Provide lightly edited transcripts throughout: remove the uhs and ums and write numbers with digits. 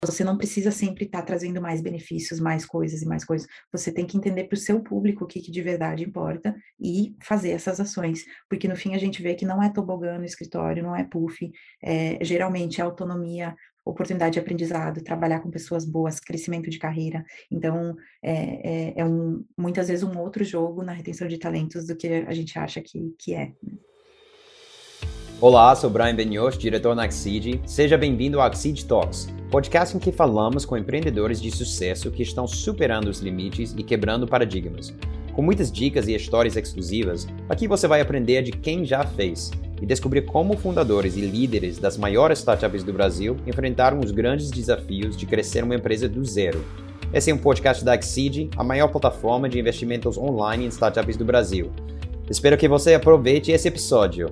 você não precisa sempre estar trazendo mais benefícios, mais coisas e mais coisas. Você tem que entender para o seu público o que, que de verdade importa e fazer essas ações. Porque no fim a gente vê que não é tobogã no escritório, não é puff, geralmente é autonomia, oportunidade de aprendizado, trabalhar com pessoas boas, crescimento de carreira. Então, muitas vezes um outro jogo na retenção de talentos do que a gente acha que é. Olá, sou Brian Benioff, diretor na Axid. Seja bem-vindo ao Axid Talks, podcast em que falamos com empreendedores de sucesso que estão superando os limites e quebrando paradigmas. Com muitas dicas e histórias exclusivas, aqui você vai aprender de quem já fez e descobrir como fundadores e líderes das maiores startups do Brasil enfrentaram os grandes desafios de crescer uma empresa do zero. Esse é um podcast da Axid, a maior plataforma de investimentos online em startups do Brasil. Espero que você aproveite esse episódio.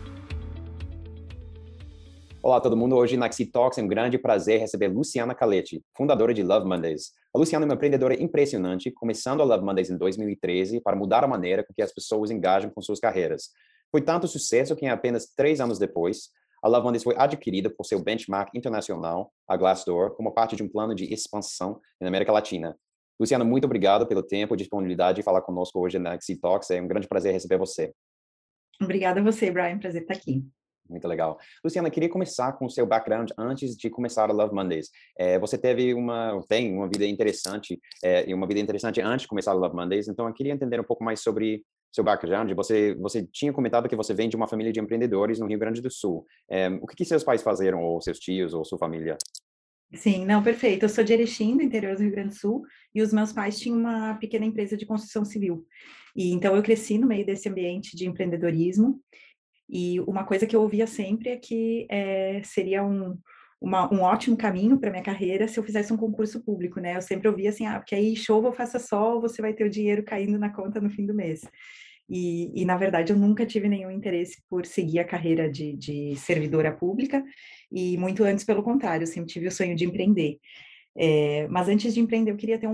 Olá, todo mundo. Hoje na Axid Talks é um grande prazer receber Luciana Caletti, fundadora de Love Mondays. A Luciana é uma empreendedora impressionante, começando a Love Mondays em 2013 para mudar a maneira com que as pessoas engajam com suas carreiras. Foi tanto sucesso que em apenas 3 anos depois, a Love Mondays foi adquirida por seu benchmark internacional, a Glassdoor, como parte de um plano de expansão na América Latina. Luciana, muito obrigado pelo tempo e disponibilidade de falar conosco hoje na Axid Talks. É um grande prazer receber você. Obrigada a você, Brian, prazer estar aqui. Muito legal. Luciana, queria começar com o seu background antes de começar a Love Mondays. Você tem uma vida interessante, e uma vida interessante antes de começar a Love Mondays, então eu queria entender um pouco mais sobre seu background. Você tinha comentado que você vem de uma família de empreendedores no Rio Grande do Sul. O que seus pais fizeram, ou seus tios, ou sua família? Sim, não, perfeito. Eu sou de Erechim, do interior do Rio Grande do Sul, e os meus pais tinham uma pequena empresa de construção civil. E então eu cresci no meio desse ambiente de empreendedorismo, e uma coisa que eu ouvia sempre é que seria um ótimo caminho para minha carreira se eu fizesse um concurso público, né? Eu sempre ouvia assim, porque aí chova ou faça sol, você vai ter o dinheiro caindo na conta no fim do mês. E na verdade, eu nunca tive nenhum interesse por seguir a carreira de servidora pública, e muito antes, pelo contrário, eu sempre tive o sonho de empreender. Mas antes de empreender, eu queria ter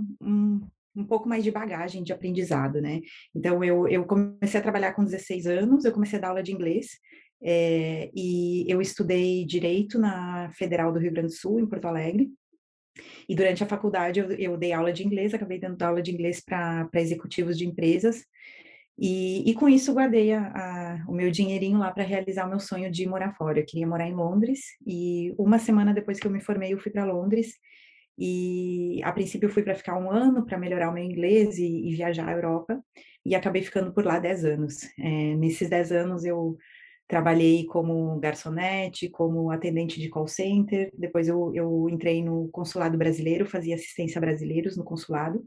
um pouco mais de bagagem de aprendizado, né? Então, eu comecei a trabalhar com 16 anos, eu comecei a dar aula de inglês, e eu estudei Direito na Federal do Rio Grande do Sul, em Porto Alegre, e durante a faculdade eu dei aula de inglês, acabei dando aula de inglês para executivos de empresas, e com isso guardei o meu dinheirinho lá para realizar o meu sonho de morar fora. Eu queria morar em Londres, e uma semana depois que eu me formei, eu fui para Londres, e a princípio eu fui para ficar um ano para melhorar o meu inglês e viajar à Europa, e acabei ficando por lá 10 anos. Nesses 10 anos eu trabalhei como garçonete, como atendente de call center, depois eu entrei no consulado brasileiro, fazia assistência a brasileiros no consulado,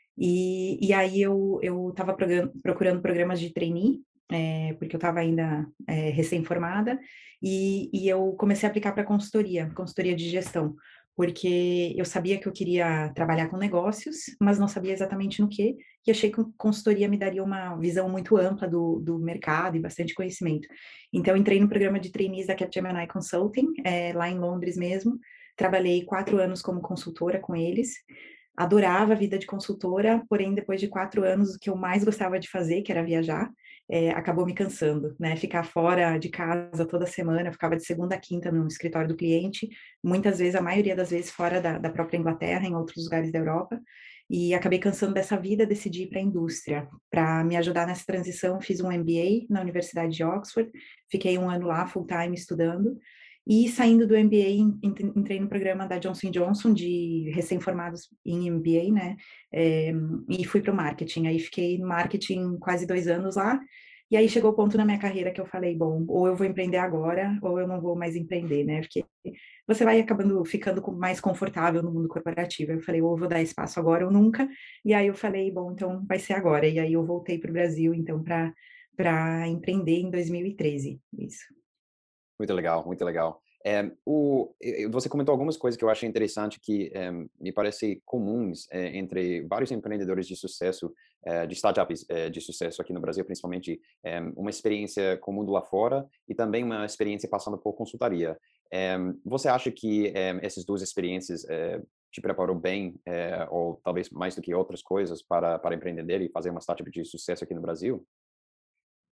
e aí eu estava procurando programas de trainee, porque eu estava ainda recém-formada, e eu comecei a aplicar para consultoria de gestão, porque eu sabia que eu queria trabalhar com negócios, mas não sabia exatamente no quê, e achei que consultoria me daria uma visão muito ampla do mercado e bastante conhecimento. Então, entrei no programa de trainees da Capgemini Consulting, lá em Londres mesmo, trabalhei 4 anos como consultora com eles, adorava a vida de consultora, porém, depois de 4 anos, o que eu mais gostava de fazer, que era viajar, acabou me cansando, né? Ficar fora de casa toda semana, eu ficava de segunda a quinta no escritório do cliente, muitas vezes, a maioria das vezes, fora da própria Inglaterra, em outros lugares da Europa, e acabei cansando dessa vida, decidi ir para a indústria. Para me ajudar nessa transição, fiz um MBA na Universidade de Oxford, fiquei um ano lá, full time, estudando, e saindo do MBA, entrei no programa da Johnson Johnson, de recém-formados em MBA, né? E fui para o marketing. Aí fiquei no marketing quase 2 anos lá. E aí chegou o ponto na minha carreira que eu falei, bom, ou eu vou empreender agora, ou eu não vou mais empreender, né? Porque você vai acabando ficando mais confortável no mundo corporativo. Eu falei, ou eu vou dar espaço agora ou nunca. E aí eu falei, bom, então vai ser agora. E aí eu voltei para o Brasil, então, para empreender em 2013. Isso. Muito legal, muito legal. Você comentou algumas coisas que eu achei interessante que me parece comuns entre vários empreendedores de sucesso, de startups de sucesso aqui no Brasil, principalmente uma experiência com o mundo lá fora e também uma experiência passando por consultoria. Você acha que essas duas experiências te preparou bem, ou talvez mais do que outras coisas, para empreender e fazer uma startup de sucesso aqui no Brasil?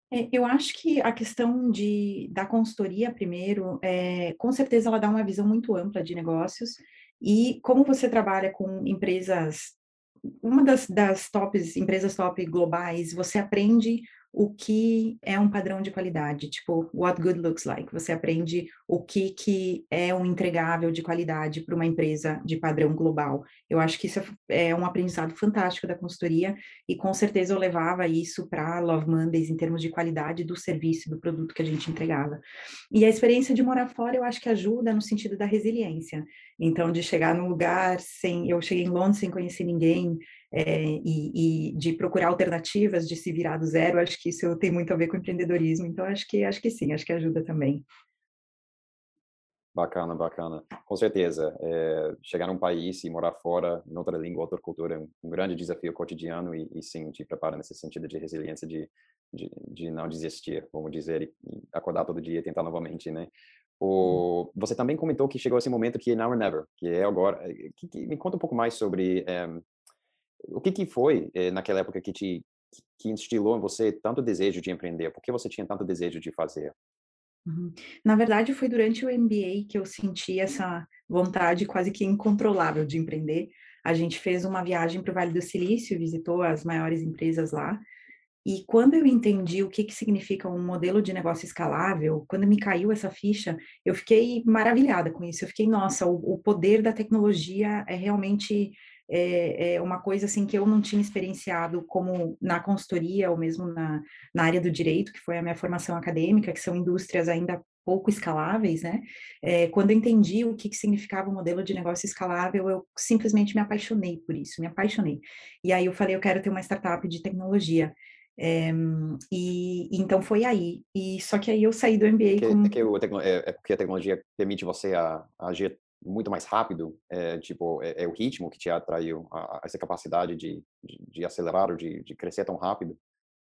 Eu acho que a questão da consultoria, primeiro, com certeza ela dá uma visão muito ampla de negócios, e como você trabalha com empresas, uma das empresas top globais, você aprende o que é um padrão de qualidade, tipo, what good looks like. Você aprende o que é um entregável de qualidade para uma empresa de padrão global. Eu acho que isso é um aprendizado fantástico da consultoria, e com certeza eu levava isso para Love Mondays em termos de qualidade do serviço, do produto que a gente entregava. E a experiência de morar fora eu acho que ajuda no sentido da resiliência. Então, de chegar num lugar sem. Eu cheguei em Londres sem conhecer ninguém, e de procurar alternativas, de se virar do zero, acho que isso tem muito a ver com empreendedorismo. Então, acho que sim, acho que ajuda também. Bacana, bacana. Com certeza. Chegar num país e morar fora, em outra língua, outra cultura, é um grande desafio cotidiano e sim, te prepara nesse sentido de resiliência, de não desistir, vamos dizer, e acordar todo dia e tentar novamente, né? Você também comentou que chegou esse momento que é now or never, que é agora. Me conta um pouco mais sobre o que foi naquela época que instilou em você tanto desejo de empreender? Por que você tinha tanto desejo de fazer? Uhum. Na verdade, foi durante o MBA que eu senti essa vontade quase que incontrolável de empreender. A gente fez uma viagem para o Vale do Silício, visitou as maiores empresas lá. E quando eu entendi o que que significa um modelo de negócio escalável, quando me caiu essa ficha, eu fiquei maravilhada com isso. Eu fiquei, nossa, o poder da tecnologia é realmente uma coisa assim que eu não tinha experienciado como na consultoria ou mesmo na área do direito, que foi a minha formação acadêmica, que são indústrias ainda pouco escaláveis, né? Quando eu entendi o que que significava o modelo de negócio escalável, eu simplesmente me apaixonei por isso, me apaixonei. E aí eu falei, eu quero ter uma startup de tecnologia. É, e então foi aí. E só que aí eu saí do MBA Porque, é, com. que é porque a tecnologia permite você a agir muito mais rápido, tipo, é o ritmo que te atraiu, essa capacidade de acelerar ou de crescer tão rápido.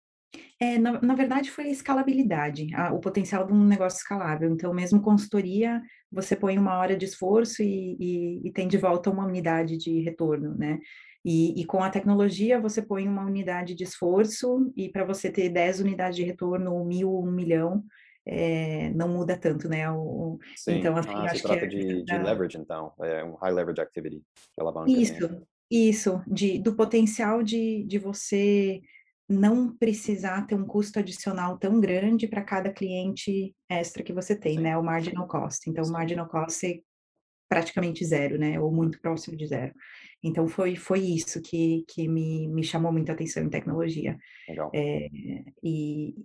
Na verdade, foi a escalabilidade, o potencial de um negócio escalável. Então, mesmo consultoria, você põe uma hora de esforço e tem de volta uma unidade de retorno, né? E com a tecnologia, você põe uma unidade de esforço, e para você ter 10 unidades de retorno, 1.000, 1 milhão, não muda tanto, né? Sim. Então, assim, Ah, eu se acho que trata de leverage, então, é um high leverage activity, de alavanca, isso, sim. isso, do potencial de você não precisar ter um custo adicional tão grande para cada cliente extra que você tem, Sim, né? O marginal cost. Então, o sim. marginal cost ser praticamente zero, né? Ou muito próximo de zero. Então, foi isso que me chamou muita atenção em tecnologia. Legal. É, e,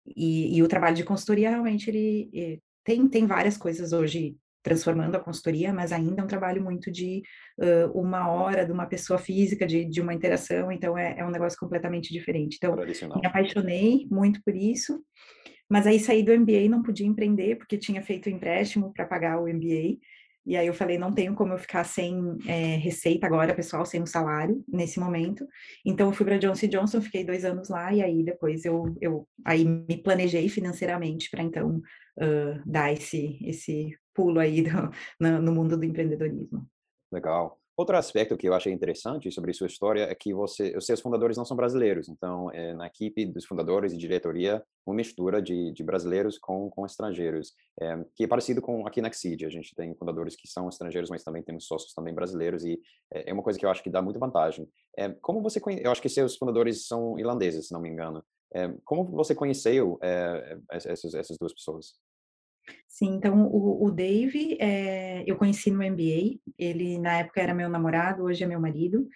e o trabalho de consultoria, realmente, ele tem várias coisas hoje transformando a consultoria, mas ainda é um trabalho muito de 1 hora de uma pessoa física, de uma interação, então é um negócio completamente diferente. Então, me Tradicional. apaixonei muito por isso, mas aí saí do MBA e não podia empreender, porque tinha feito empréstimo para pagar o MBA. E aí eu falei, não tenho como eu ficar sem receita agora, pessoal, sem um salário nesse momento. Então eu fui para Johnson Johnson, fiquei 2 anos lá, e aí depois eu aí me planejei financeiramente para então dar esse pulo aí no mundo do empreendedorismo. Legal. Outro aspecto que eu achei interessante sobre sua história é que os seus fundadores não são brasileiros. Então, na equipe dos fundadores e diretoria, uma mistura de brasileiros com estrangeiros, que é parecido com aqui na Exceed. A gente tem fundadores que são estrangeiros, mas também temos sócios também brasileiros e é uma coisa que eu acho que dá muita vantagem. Como você eu acho que seus fundadores são irlandeses, se não me engano. Como você conheceu essas duas pessoas? Sim, então o Dave, eu conheci no MBA, ele na época era meu namorado, hoje é meu marido,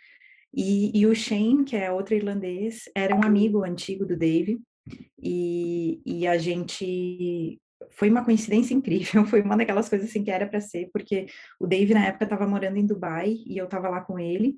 e o Shane, que é outro irlandês, era um amigo antigo do Dave, e a gente foi uma coincidência incrível, foi uma daquelas coisas assim que era para ser, porque o Dave na época estava morando em Dubai e eu estava lá com ele.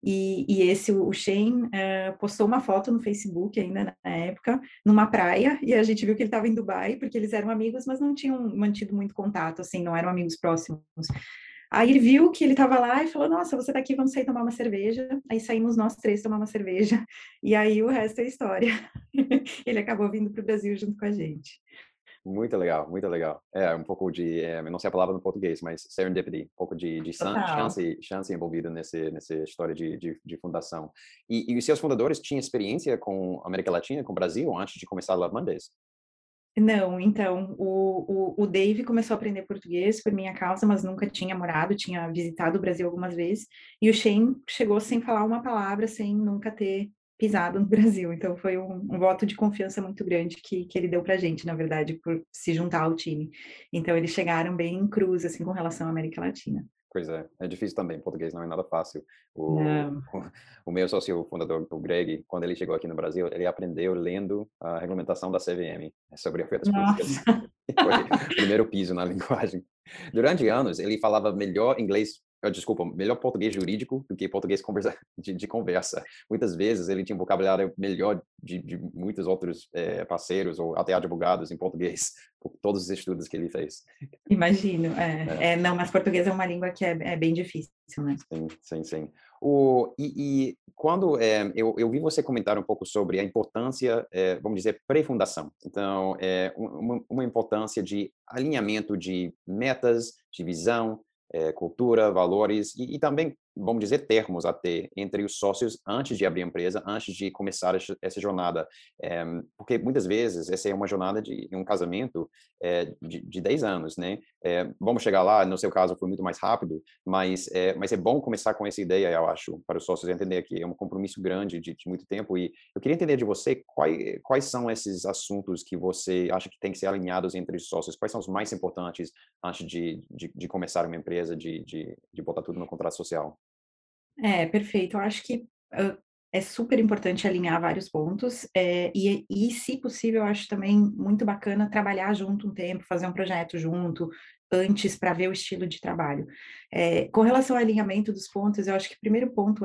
O Shane, postou uma foto no Facebook ainda na época, numa praia, e a gente viu que ele estava em Dubai, porque eles eram amigos, mas não tinham mantido muito contato, assim, não eram amigos próximos. Aí ele viu que ele estava lá e falou: Nossa, você tá aqui, vamos sair tomar uma cerveja. Aí saímos nós três tomar uma cerveja. E aí o resto é história. Ele acabou vindo para o Brasil junto com a gente. Muito legal, muito legal. É, um pouco de, eu não sei a palavra no português, mas serendipity, um pouco de Total. chance envolvida nessa história de fundação. E os seus fundadores tinham experiência com América Latina, com o Brasil, antes de começar a Love Mondays? Não, então, o Dave começou a aprender português por minha causa, mas nunca tinha morado, tinha visitado o Brasil algumas vezes, e o Shane chegou sem falar uma palavra, sem nunca ter pisado no Brasil, então foi um voto de confiança muito grande que ele deu pra gente, na verdade, por se juntar ao time. Então, eles chegaram bem cruz, assim, com relação à América Latina. Pois é difícil também, português não é nada fácil. O, Não, o meu sócio fundador, o Greg, quando ele chegou aqui no Brasil, ele aprendeu lendo a regulamentação da CVM sobre ofertas públicas. nossa, Foi o primeiro piso na linguagem. Durante anos, ele falava melhor inglês, desculpa, melhor português jurídico do que português de conversa. Muitas vezes ele tinha um vocabulário melhor de muitos outros parceiros ou até advogados em português, por todos os estudos que ele fez. imagino, É. não, mas português é uma língua que é bem difícil, né? Sim, sim, sim. E quando eu vi você comentar um pouco sobre a importância, vamos dizer, pré-fundação. Então, uma importância de alinhamento de metas, de visão, cultura, valores e também, vamos dizer, termos a ter entre os sócios antes de abrir a empresa, antes de começar essa jornada. Porque muitas vezes essa é uma jornada de um casamento de 10 anos, né? Vamos chegar lá, no seu caso foi muito mais rápido, mas é bom começar com essa ideia, eu acho, para os sócios entender que é um compromisso grande de muito tempo. E eu queria entender de você quais são esses assuntos que você acha que tem que ser alinhados entre os sócios, quais são os mais importantes antes de começar uma empresa, de botar tudo no contrato social. É, perfeito. Eu acho que, é super importante alinhar vários pontos, e se possível, eu acho também muito bacana trabalhar junto um tempo, fazer um projeto junto, antes, para ver o estilo de trabalho. Com relação ao alinhamento dos pontos, eu acho que o primeiro ponto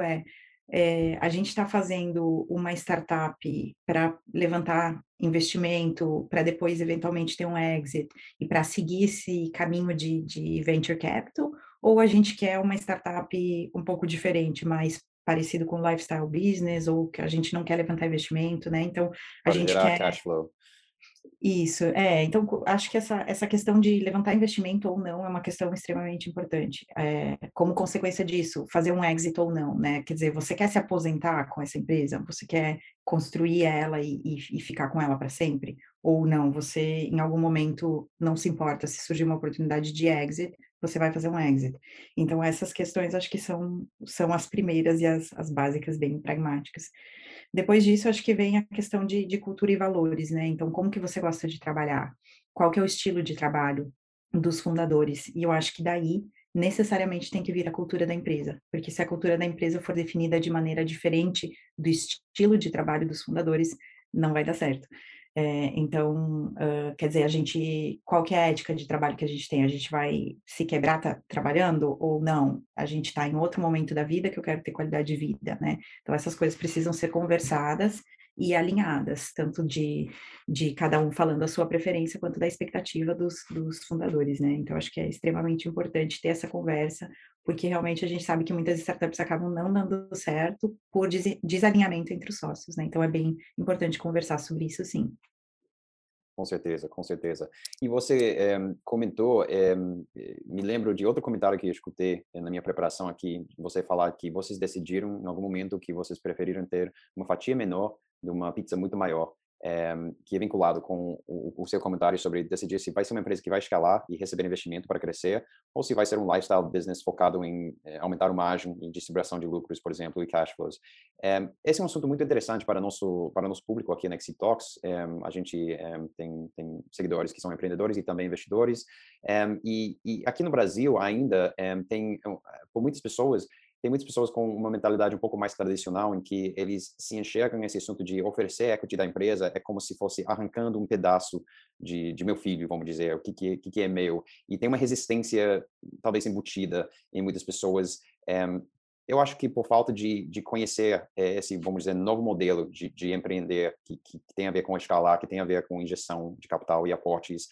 a gente está fazendo uma startup para levantar investimento, para depois eventualmente ter um exit, e para seguir esse caminho de venture capital, ou a gente quer uma startup um pouco diferente, mais parecido com lifestyle business, ou que a gente não quer levantar investimento, né? Então, a Para gente gerar quer cash flow. isso, então acho que essa questão de levantar investimento ou não é uma questão extremamente importante. Como consequência disso, fazer um exit ou não, né? Quer dizer, você quer se aposentar com essa empresa? Você quer construir ela e ficar com ela para sempre? Ou não, você em algum momento não se importa, se surgir uma oportunidade de exit, você vai fazer um exit. Então, essas questões acho que são as primeiras e as básicas, bem pragmáticas. Depois disso, acho que vem a questão de cultura e valores, né? Então, como que você gosta de trabalhar? Qual que é o estilo de trabalho dos fundadores? E eu acho que daí, necessariamente, tem que vir a cultura da empresa, porque se a cultura da empresa for definida de maneira diferente do estilo de trabalho dos fundadores, não vai dar certo. Então, quer dizer, qual que é a ética de trabalho que a gente tem? A gente vai se quebrar trabalhando ou não? A gente está em outro momento da vida que eu quero ter qualidade de vida, né? Então, essas coisas precisam ser conversadas e alinhadas, tanto de cada um falando a sua preferência, quanto da expectativa dos fundadores, né? Então, acho que é extremamente importante ter essa conversa, porque realmente a gente sabe que muitas startups acabam não dando certo por desalinhamento entre os sócios, né? Então, é bem importante conversar sobre isso, sim. Com certeza, com certeza. E você comentou, me lembro de outro comentário que eu escutei na minha preparação aqui, você falar que vocês decidiram em algum momento que vocês preferiram ter uma fatia menor de uma pizza muito maior, que é vinculado com o seu comentário sobre decidir se vai ser uma empresa que vai escalar e receber investimento para crescer, ou se vai ser um lifestyle business focado em aumentar o margem e distribuição de lucros, por exemplo, e cash flows. Esse é um assunto muito interessante para nosso público aqui na Exit Talks. A gente tem seguidores que são empreendedores e também investidores. E aqui no Brasil ainda por muitas pessoas, tem muitas pessoas com uma mentalidade um pouco mais tradicional, em que eles se enxergam nesse assunto de oferecer equity da empresa é como se fosse arrancando um pedaço de meu filho, vamos dizer, o que é meu. E tem uma resistência, talvez embutida em muitas pessoas. Eu acho que por falta de conhecer esse, vamos dizer, novo modelo de empreender, que tem a ver com escalar, que tem a ver com injeção de capital e aportes,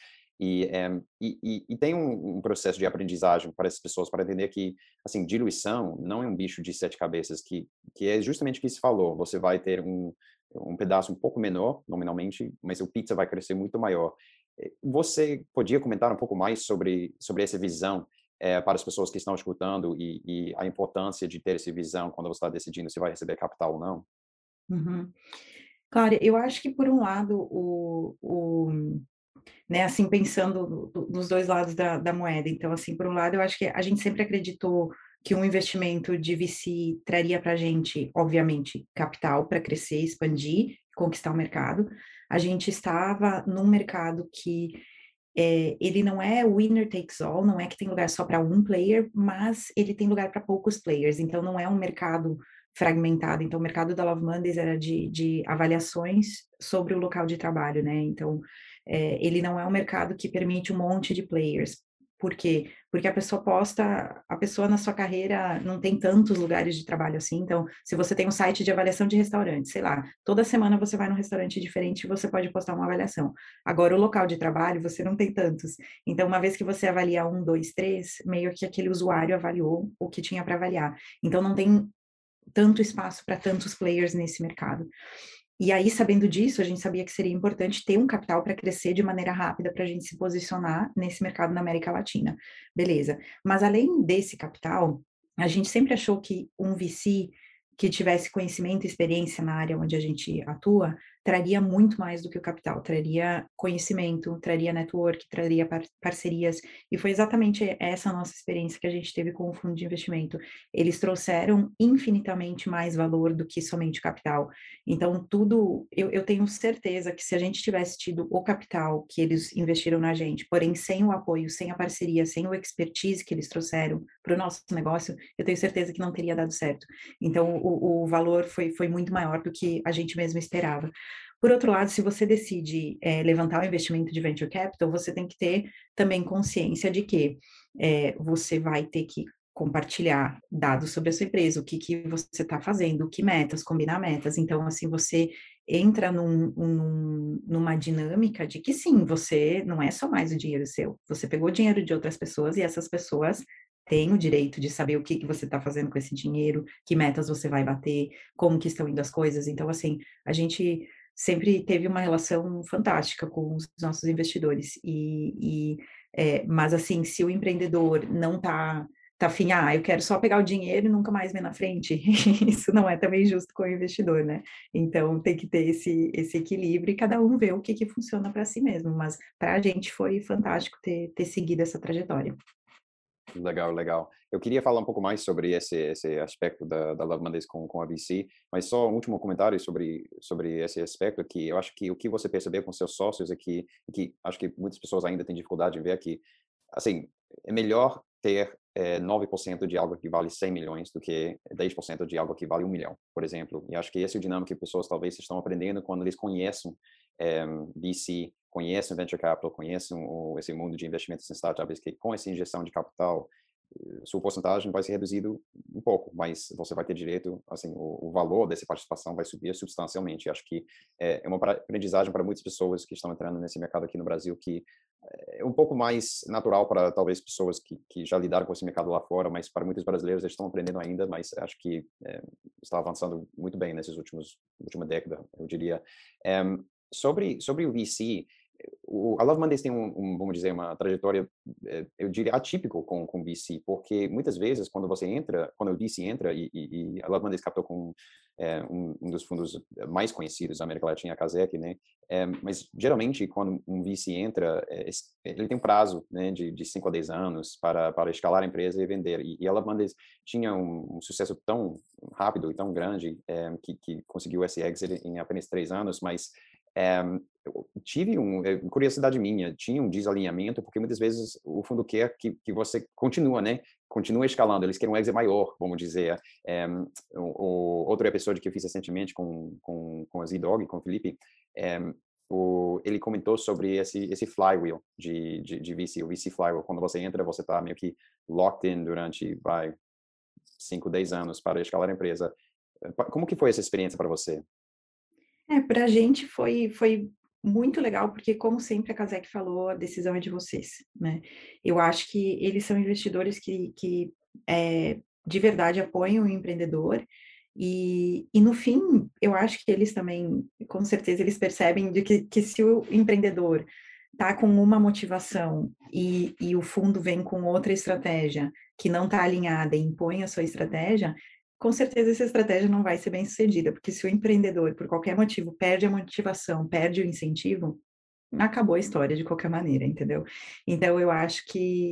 e tem um processo de aprendizagem para essas pessoas, para entender que, assim, diluição não é um bicho de sete cabeças, que é justamente o que se falou. Você vai ter um pedaço um pouco menor, nominalmente, mas o pizza vai crescer muito maior. Você podia comentar um pouco mais sobre essa visão para as pessoas que estão escutando e a importância de ter essa visão quando você está decidindo se vai receber capital ou não? Uhum. Claro, eu acho que por um lado né, assim, pensando nos dois lados da moeda. Então, assim, por um lado, eu acho que a gente sempre acreditou que um investimento de VC traria para a gente, obviamente, capital para crescer, expandir, conquistar o mercado. A gente estava num mercado que ele não é winner takes all, não é que tem lugar só para um player, mas ele tem lugar para poucos players, então não é um mercado fragmentado. Então, o mercado da Love Mondays era de avaliações sobre o local de trabalho, né? Então, ele não é um mercado que permite um monte de players. Por quê? Porque a pessoa na sua carreira não tem tantos lugares de trabalho assim. Então, se você tem um site de avaliação de restaurante, sei lá, toda semana você vai num restaurante diferente e você pode postar uma avaliação. Agora, o local de trabalho, você não tem tantos. Então, uma vez que você avalia um, dois, três, meio que aquele usuário avaliou o que tinha para avaliar. Então, não tem tanto espaço para tantos players nesse mercado. E aí, sabendo disso, a gente sabia que seria importante ter um capital para crescer de maneira rápida para a gente se posicionar nesse mercado na América Latina. Beleza. Mas além desse capital, a gente sempre achou que um VC que tivesse conhecimento e experiência na área onde a gente atua, traria muito mais do que o capital, traria conhecimento, traria network, traria parcerias, e foi exatamente essa nossa experiência que a gente teve com o fundo de investimento. Eles trouxeram infinitamente mais valor do que somente o capital. Então, eu tenho certeza que se a gente tivesse tido o capital que eles investiram na gente, porém sem o apoio, sem a parceria, sem o expertise que eles trouxeram para o nosso negócio, eu tenho certeza que não teria dado certo. Então, o valor foi muito maior do que a gente mesmo esperava. Por outro lado, se você decide levantar o investimento de venture capital, você tem que ter também consciência de que você vai ter que compartilhar dados sobre a sua empresa, o que você está fazendo, que metas, combinar metas. Então, assim, você entra numa dinâmica de que sim, você não é só mais o dinheiro seu, você pegou o dinheiro de outras pessoas e essas pessoas têm o direito de saber o que você está fazendo com esse dinheiro, que metas você vai bater, como que estão indo as coisas. Então, assim, a gente sempre teve uma relação fantástica com os nossos investidores. Mas assim, se o empreendedor não tá afim, eu quero só pegar o dinheiro e nunca mais ver na frente, isso não é também justo com o investidor, né? Então tem que ter esse equilíbrio e cada um vê o que funciona para si mesmo. Mas para a gente foi fantástico ter seguido essa trajetória. Legal, legal. Eu queria falar um pouco mais sobre esse aspecto da Love Mondays com a VC, mas só um último comentário sobre esse aspecto, que eu acho que o que você percebeu com seus sócios é que acho que muitas pessoas ainda têm dificuldade em ver que, assim, é melhor ter 9% de algo que vale 100 milhões do que 10% de algo que vale 1 milhão, por exemplo. E acho que esse é o dinâmico que pessoas talvez estão aprendendo quando eles conhecem VC, conhecem venture capital, conhecem esse mundo de investimentos em startups, que com essa injeção de capital, sua porcentagem vai ser reduzido um pouco, mas você vai ter direito, assim, o valor dessa participação vai subir substancialmente. Acho que é uma aprendizagem para muitas pessoas que estão entrando nesse mercado aqui no Brasil, que é um pouco mais natural para talvez pessoas que já lidaram com esse mercado lá fora, mas para muitos brasileiros eles estão aprendendo ainda, mas acho que está avançando muito bem nesses última década, eu diria. É, sobre o VC, a Love Mondays tem vamos dizer, uma trajetória, eu diria, atípico com VC, porque muitas vezes quando o VC entra e a Love Mondays captou com um dos fundos mais conhecidos da América Latina, a Casec, né? Mas geralmente quando um VC entra, ele tem um prazo, né, de 5 a 10 anos para escalar a empresa e vender. E a Love Mondays tinha um sucesso tão rápido e tão grande que conseguiu esse exit em apenas 3 anos, mas eu tive curiosidade minha, tinha um desalinhamento, porque muitas vezes o fundo quer que você continua, né? Continua escalando, eles querem um exit maior, vamos dizer. Outro episódio que eu fiz recentemente com a Z-Dog, com o Felipe, ele comentou sobre esse flywheel de VC, o VC flywheel. Quando você entra, você está meio que locked in durante, 5, 10 anos para escalar a empresa. Como que foi essa experiência para você? Para a gente foi muito legal, porque, como sempre a Casec falou, a decisão é de vocês, né? Eu acho que eles são investidores que de verdade apoiam o empreendedor, e no fim, eu acho que eles também, com certeza, eles percebem de que se o empreendedor tá com uma motivação e o fundo vem com outra estratégia que não está alinhada e impõe a sua estratégia, com certeza essa estratégia não vai ser bem sucedida, porque se o empreendedor, por qualquer motivo, perde a motivação, perde o incentivo, acabou a história de qualquer maneira, entendeu? Então, eu acho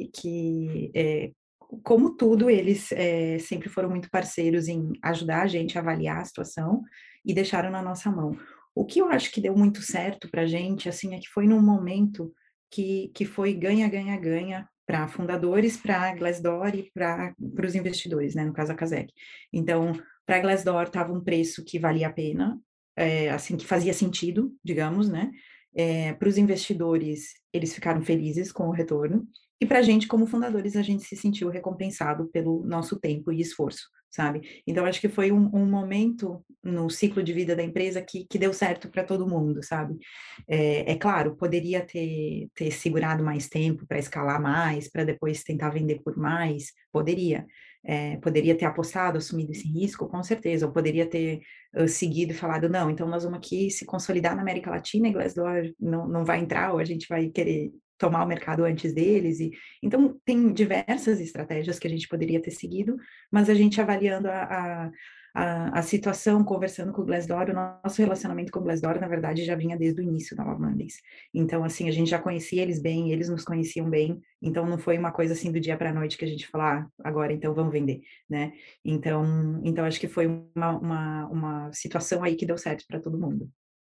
como tudo, eles sempre foram muito parceiros em ajudar a gente a avaliar a situação e deixaram na nossa mão. O que eu acho que deu muito certo para a gente, assim, é que foi num momento que foi ganha, ganha, ganha para fundadores, para a Glassdoor e para os investidores, né, no caso a Casec. Então, para a Glassdoor estava um preço que valia a pena, assim, que fazia sentido, digamos, né? Para os investidores, eles ficaram felizes com o retorno, e para a gente, como fundadores, a gente se sentiu recompensado pelo nosso tempo e esforço, sabe? Então, acho que foi um momento no ciclo de vida da empresa que deu certo para todo mundo, sabe? É claro, poderia ter segurado mais tempo para escalar mais, para depois tentar vender por mais, poderia. Poderia ter apostado, assumido esse risco, com certeza, ou poderia ter seguido e falado, não, então nós vamos aqui se consolidar na América Latina e Glassdoor não vai entrar, ou a gente vai querer tomar o mercado antes deles. Então, tem diversas estratégias que a gente poderia ter seguido, mas a gente avaliando a situação, conversando com o Glassdoor, o nosso relacionamento com o Glassdoor, na verdade, já vinha desde o início da Love Mondays. Então, assim, a gente já conhecia eles bem, eles nos conheciam bem, então não foi uma coisa assim do dia para a noite que a gente falou, agora então vamos vender, né? Então acho que foi uma situação aí que deu certo para todo mundo.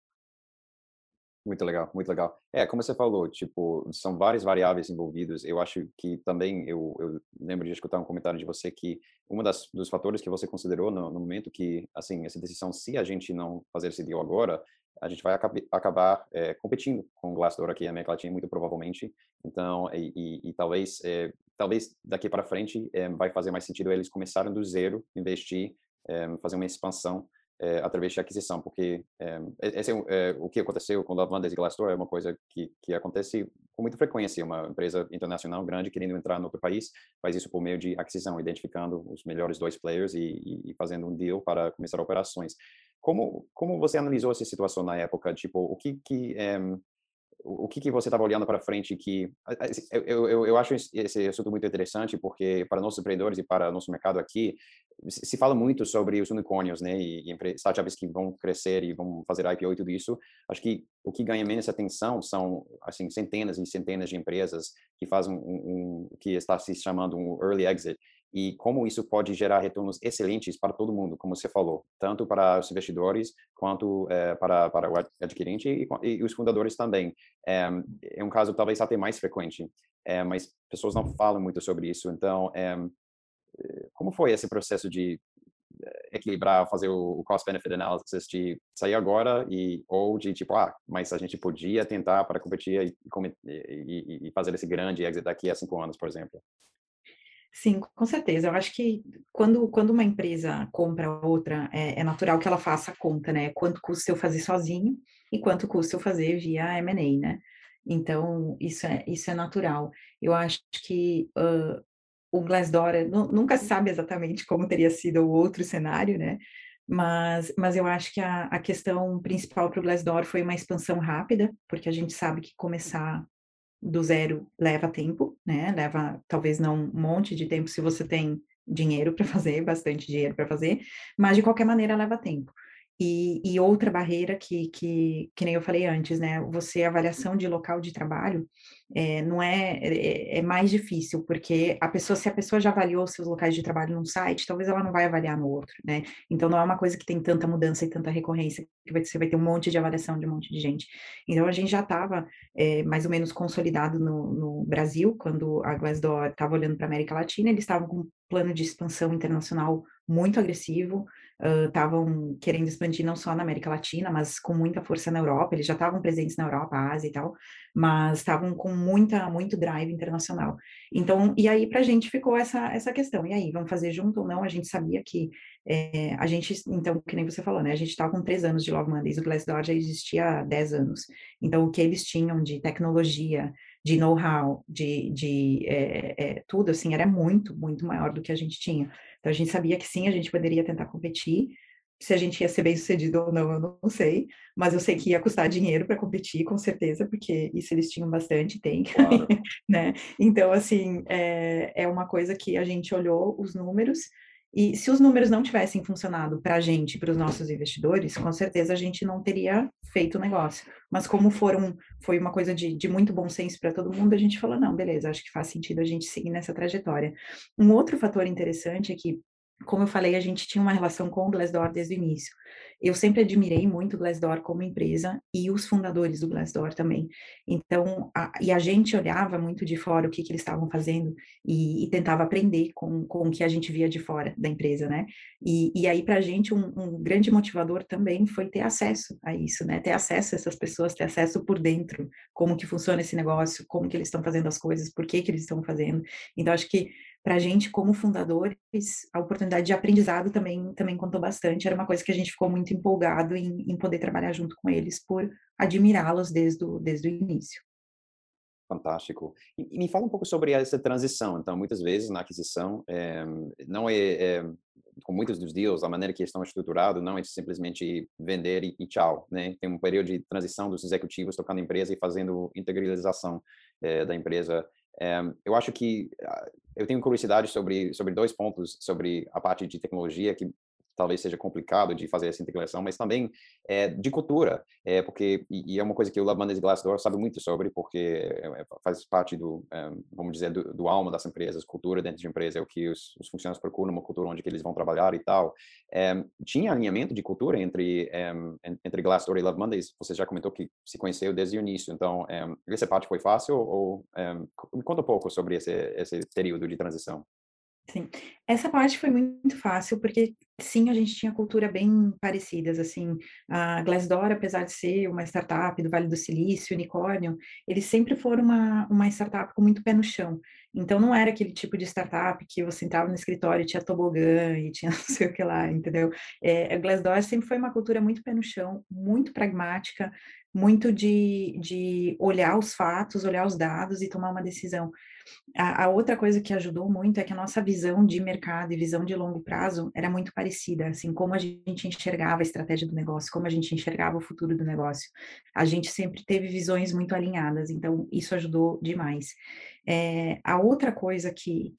Muito legal, muito legal. É, como você falou, tipo, são várias variáveis envolvidas. Eu acho que também, eu lembro de escutar um comentário de você que dos fatores que você considerou no momento que, assim, essa decisão, se a gente não fazer esse deal agora, a gente vai acabar competindo com o Glassdoor aqui na América Latina, muito provavelmente. Então, talvez daqui para frente vai fazer mais sentido eles começarem do zero, investir, fazer uma expansão através de aquisição, porque esse o que aconteceu com Lavandas e Glassdoor é uma coisa que acontece com muita frequência. Uma empresa internacional grande querendo entrar no outro país faz isso por meio de aquisição, identificando os melhores dois players e fazendo um deal para começar operações. Como você analisou essa situação na época? Tipo, o que você estava olhando para frente que eu acho esse assunto muito interessante porque para nossos empreendedores e para nosso mercado aqui se fala muito sobre os unicórnios, né, e startups que vão crescer e vão fazer IPO e tudo isso. Acho que o que ganha menos atenção são assim centenas e centenas de empresas que fazem que está se chamando um early exit e como isso pode gerar retornos excelentes para todo mundo, como você falou, tanto para os investidores quanto para o adquirente e os fundadores também. É um caso talvez até mais frequente, mas pessoas não falam muito sobre isso. Então, como foi esse processo de equilibrar, fazer o cost-benefit analysis de sair agora ou de tipo, mas a gente podia tentar para competir e fazer esse grande exit daqui a 5 anos, por exemplo? Sim, com certeza. Eu acho que quando uma empresa compra outra, é natural que ela faça a conta, né? Quanto custa eu fazer sozinho e quanto custa eu fazer via M&A, né? Então, isso é natural. Eu acho que o Glassdoor, nunca se sabe exatamente como teria sido o outro cenário, né? Mas eu acho que a questão principal para o Glassdoor foi uma expansão rápida, porque a gente sabe que começar do zero leva tempo, né? Leva talvez não um monte de tempo se você tem dinheiro para fazer, bastante dinheiro para fazer, mas de qualquer maneira leva tempo. E outra barreira que nem eu falei antes, né? Você, avaliação de local de trabalho, não é mais difícil, porque se a pessoa já avaliou seus locais de trabalho num site, talvez ela não vai avaliar no outro, né? Então não é uma coisa que tem tanta mudança e tanta recorrência, que você vai ter um monte de avaliação de um monte de gente. Então a gente já estava mais ou menos consolidado no Brasil, quando a Glassdoor estava olhando para a América Latina, eles estavam com um plano de expansão internacional muito agressivo, estavam querendo expandir não só na América Latina, mas com muita força na Europa, eles já estavam presentes na Europa, Ásia e tal, mas estavam com muito drive internacional. Então, e aí para a gente ficou essa questão, e aí, vamos fazer junto ou não? A gente sabia que a gente, então, que nem você falou, né? A gente estava com 3 anos de Love Mondays, o Glassdoor já existia há 10 anos. Então, o que eles tinham de tecnologia, de know-how, de tudo, assim, era muito maior do que a gente tinha. Então, a gente sabia que sim, a gente poderia tentar competir, Se a gente ia ser bem sucedido ou não, eu não sei, mas eu sei que ia custar dinheiro para competir, com certeza, porque isso eles tinham bastante, tem, Claro. né? Então, assim, é uma coisa que a gente olhou os números, e se os números não tivessem funcionado para a gente, para os nossos investidores, com certeza a gente não teria feito o negócio. Mas como foi uma coisa de muito bom senso para todo mundo, a gente falou, não, beleza, acho que faz sentido a gente seguir nessa trajetória. Um outro fator interessante é que, como eu falei, a gente tinha uma relação com o Glassdoor desde o início. Eu sempre admirei muito o Glassdoor como empresa e os fundadores do Glassdoor também. Então, a gente olhava muito de fora o que eles estavam fazendo e tentava aprender com o que a gente via de fora da empresa, né? E aí, para a gente, um grande motivador também foi ter acesso a isso, né? Ter acesso a essas pessoas, ter acesso por dentro, como que funciona esse negócio, como que eles estão fazendo as coisas, por que eles estão fazendo. Então, acho que para a gente, como fundadores, a oportunidade de aprendizado também contou bastante. Era uma coisa que a gente ficou muito empolgado em poder trabalhar junto com eles, por admirá-los desde o início. Fantástico. E me fala um pouco sobre essa transição. Então, muitas vezes na aquisição, não com muitos dos deals, a maneira que estão estruturados não é simplesmente vender e tchau, né? Tem um período de transição dos executivos tocando a empresa e fazendo integralização da empresa. Eu acho que eu tenho curiosidade sobre dois pontos, sobre a parte de tecnologia que talvez seja complicado de fazer essa integração, mas também de cultura, porque e é uma coisa que o Love Mondays e Glassdoor sabe muito sobre, porque faz parte vamos dizer, do alma das empresas, cultura dentro de empresa, é o que os funcionários procuram, uma cultura onde que eles vão trabalhar e tal. Tinha alinhamento de cultura entre Glassdoor e Love Mondays? Você já comentou que se conheceu desde o início, então essa parte foi fácil ou me conta um pouco sobre esse período de transição. Sim. Essa parte foi muito fácil, porque sim, a gente tinha cultura bem parecidas, assim, a Glassdoor, apesar de ser uma startup do Vale do Silício, unicórnio, eles sempre foram uma startup com muito pé no chão. Então, não era aquele tipo de startup que você entrava no escritório e tinha tobogã e tinha não sei o que lá, entendeu? A Glassdoor sempre foi uma cultura muito pé no chão, muito pragmática, muito de olhar os fatos, olhar os dados e tomar uma decisão. A outra coisa que ajudou muito é que a nossa visão de mercado e visão de longo prazo era muito parecida, assim, como a gente enxergava a estratégia do negócio, como a gente enxergava o futuro do negócio. A gente sempre teve visões muito alinhadas, então isso ajudou demais. A outra coisa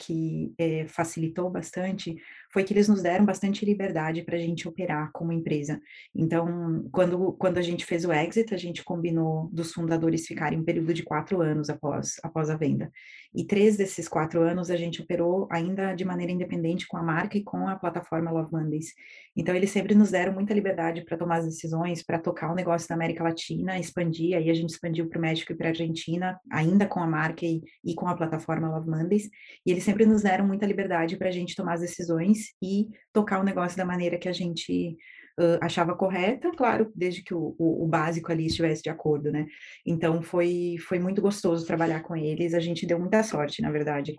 que facilitou bastante foi que eles nos deram bastante liberdade para a gente operar como empresa. Então, quando a gente fez o exit, a gente combinou dos fundadores ficarem um período de 4 anos após a venda. E 3 desses 4 anos a gente operou ainda de maneira independente com a marca e com a plataforma Love Mondays. Então, eles sempre nos deram muita liberdade para tomar as decisões, para tocar o negócio da América Latina, expandir. Aí a gente expandiu para o México e para a Argentina, ainda com a marca e com a plataforma Love Mondays. E eles sempre nos deram muita liberdade para a gente tomar as decisões e tocar o negócio da maneira que a gente achava correta, claro, desde que o básico ali estivesse de acordo, né? Então, foi muito gostoso trabalhar com eles. A gente deu muita sorte, na verdade,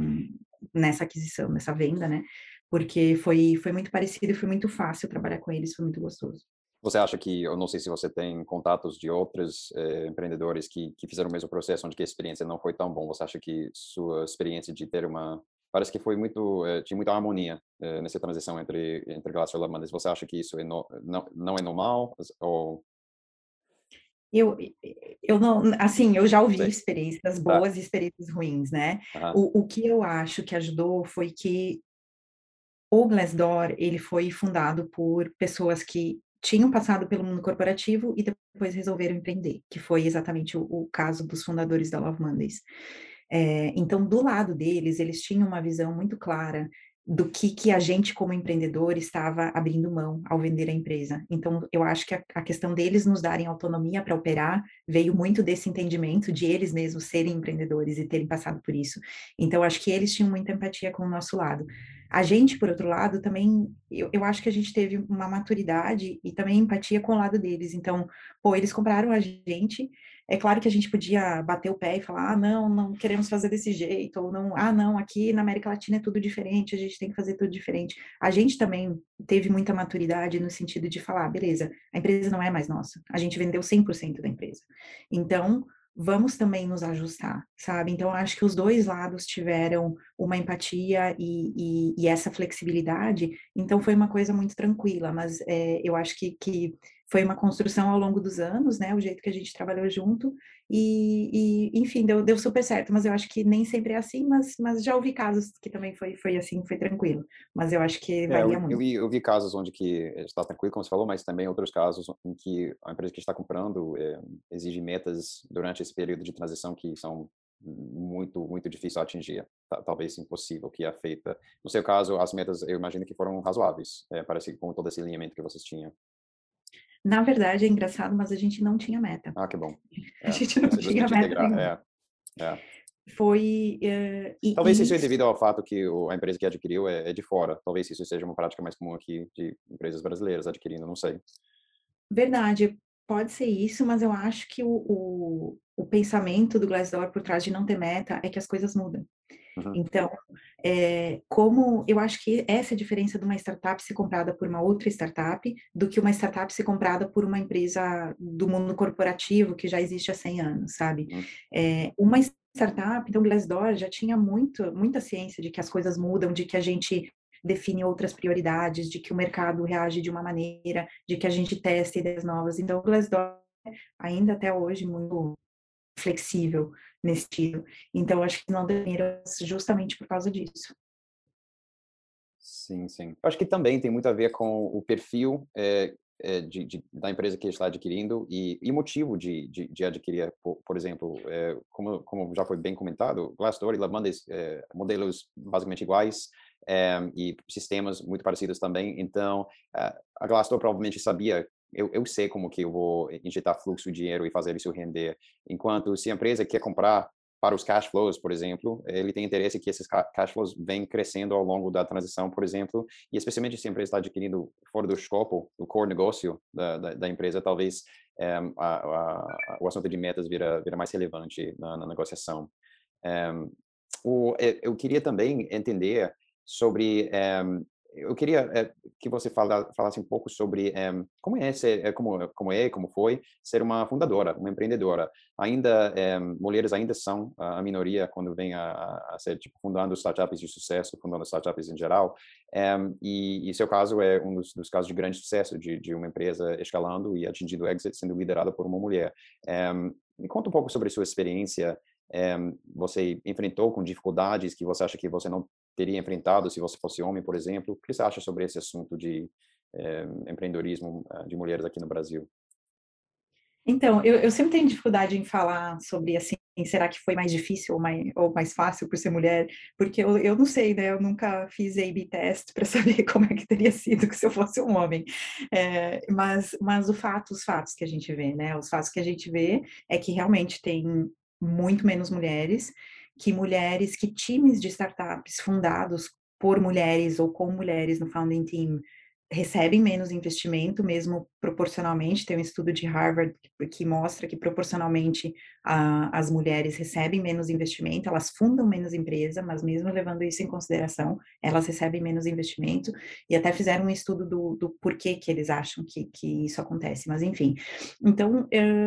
nessa aquisição, nessa venda, né? Porque foi muito parecido e foi muito fácil trabalhar com eles, foi muito gostoso. Você acha que, eu não sei se você tem contatos de outros empreendedores que fizeram o mesmo processo, onde que a experiência não foi tão bom. Você acha que sua experiência de ter parece que foi muito, tinha muita harmonia nessa transição entre Glass e Love Mondays. Você acha que isso não é normal? Ou, Eu, eu não, assim, eu já não ouvi sei. experiências Tá. boas e experiências ruins, né? Aham. O que eu acho que ajudou foi que o Glassdoor, ele foi fundado por pessoas que tinham passado pelo mundo corporativo e depois resolveram empreender, que foi exatamente o caso dos fundadores da Love Mondays. Então, do lado deles, eles tinham uma visão muito clara do que a gente, como empreendedor, estava abrindo mão ao vender a empresa. Então, eu acho que a questão deles nos darem autonomia para operar veio muito desse entendimento de eles mesmos serem empreendedores e terem passado por isso. Então, acho que eles tinham muita empatia com o nosso lado. A gente, por outro lado, também, eu acho que a gente teve uma maturidade e também empatia com o lado deles. Então, pô, eles compraram a gente. É claro que a gente podia bater o pé e falar, ah, não, não queremos fazer desse jeito, ou não, ah, não, aqui na América Latina é tudo diferente, a gente tem que fazer tudo diferente. A gente também teve muita maturidade no sentido de falar, beleza, a empresa não é mais nossa, a gente vendeu 100% da empresa. Então, vamos também nos ajustar, sabe? Então, acho que os dois lados tiveram uma empatia e essa flexibilidade, então foi uma coisa muito tranquila, mas eu acho que foi uma construção ao longo dos anos, né? O jeito que a gente trabalhou junto, enfim, deu super certo, mas eu acho que nem sempre é assim, mas já ouvi casos que também foi assim, foi tranquilo, mas eu acho que varia muito. Eu vi casos onde que está tranquilo, como você falou, mas também outros casos em que a empresa que está comprando exige metas durante esse período de transição que são muito difíceis de atingir, talvez impossível, que é feita. No seu caso, as metas, eu imagino que foram razoáveis, parece com todo esse alinhamento que vocês tinham. Na verdade, é engraçado, mas a gente não tinha meta. Ah, que bom. A gente não Você tinha simplesmente meta integrar, nenhuma. é. Foi, Talvez isso é isso, devido ao fato que a empresa que adquiriu é de fora. Talvez isso seja uma prática mais comum aqui de empresas brasileiras adquirindo, não sei. verdade, pode ser isso, mas eu acho que o pensamento do Glassdoor por trás de não ter meta é que as coisas mudam. Uhum, Então, como eu acho que essa é a diferença de uma startup ser comprada por uma outra startup do que uma startup ser comprada por uma empresa do mundo corporativo que já existe há 100 anos, sabe? uhum. Uma startup, então Glassdoor já tinha muita ciência de que as coisas mudam, de que a gente define outras prioridades, de que o mercado reage de uma maneira, de que a gente testa ideias novas. Então, o Glassdoor ainda até hoje muito flexível nesse sentido. Então, acho que não demira justamente por causa disso. Sim, sim. Eu acho que também tem muito a ver com o perfil da empresa que está adquirindo e o motivo de adquirir, por exemplo, como já foi bem comentado, Glassdoor e LeMonday, modelos basicamente iguais e sistemas muito parecidos também. Então, a Glassdoor provavelmente sabia. Eu sei como que eu vou injetar fluxo de dinheiro e fazer isso render. Enquanto se a empresa quer comprar para os cash flows, por exemplo, ele tem interesse que esses cash flows venham crescendo ao longo da transição, por exemplo, e especialmente se a empresa está adquirindo fora do escopo, o core negócio da empresa, talvez o assunto de metas vira mais relevante na negociação. Eu queria também entender sobre eu queria que você falasse um pouco sobre como é ser, como foi ser uma fundadora, uma empreendedora. Ainda mulheres ainda são a minoria quando vem a ser tipo, fundando startups de sucesso, fundando startups em geral. E seu caso é um dos casos de grande sucesso de uma empresa escalando e atingindo exit sendo liderada por uma mulher. Me conta um pouco sobre sua experiência. Você enfrentou com dificuldades que você acha que você não teria enfrentado se você fosse homem, por exemplo? O que você acha sobre esse assunto de empreendedorismo de mulheres aqui no Brasil? Então, eu sempre tenho dificuldade em falar sobre, assim, será que foi mais difícil ou mais fácil por ser mulher? Porque eu não sei, né? Eu nunca fiz A/B test para saber como é que teria sido se eu fosse um homem. Mas os fatos que a gente vê, né? Os fatos que a gente vê é que realmente tem muito menos mulheres, que times de startups fundados por mulheres ou com mulheres no founding team recebem menos investimento, mesmo proporcionalmente. Tem um estudo de Harvard que mostra que proporcionalmente as mulheres recebem menos investimento, elas fundam menos empresa, mas mesmo levando isso em consideração, elas recebem menos investimento, e até fizeram um estudo do porquê que eles acham que isso acontece, mas enfim. Então,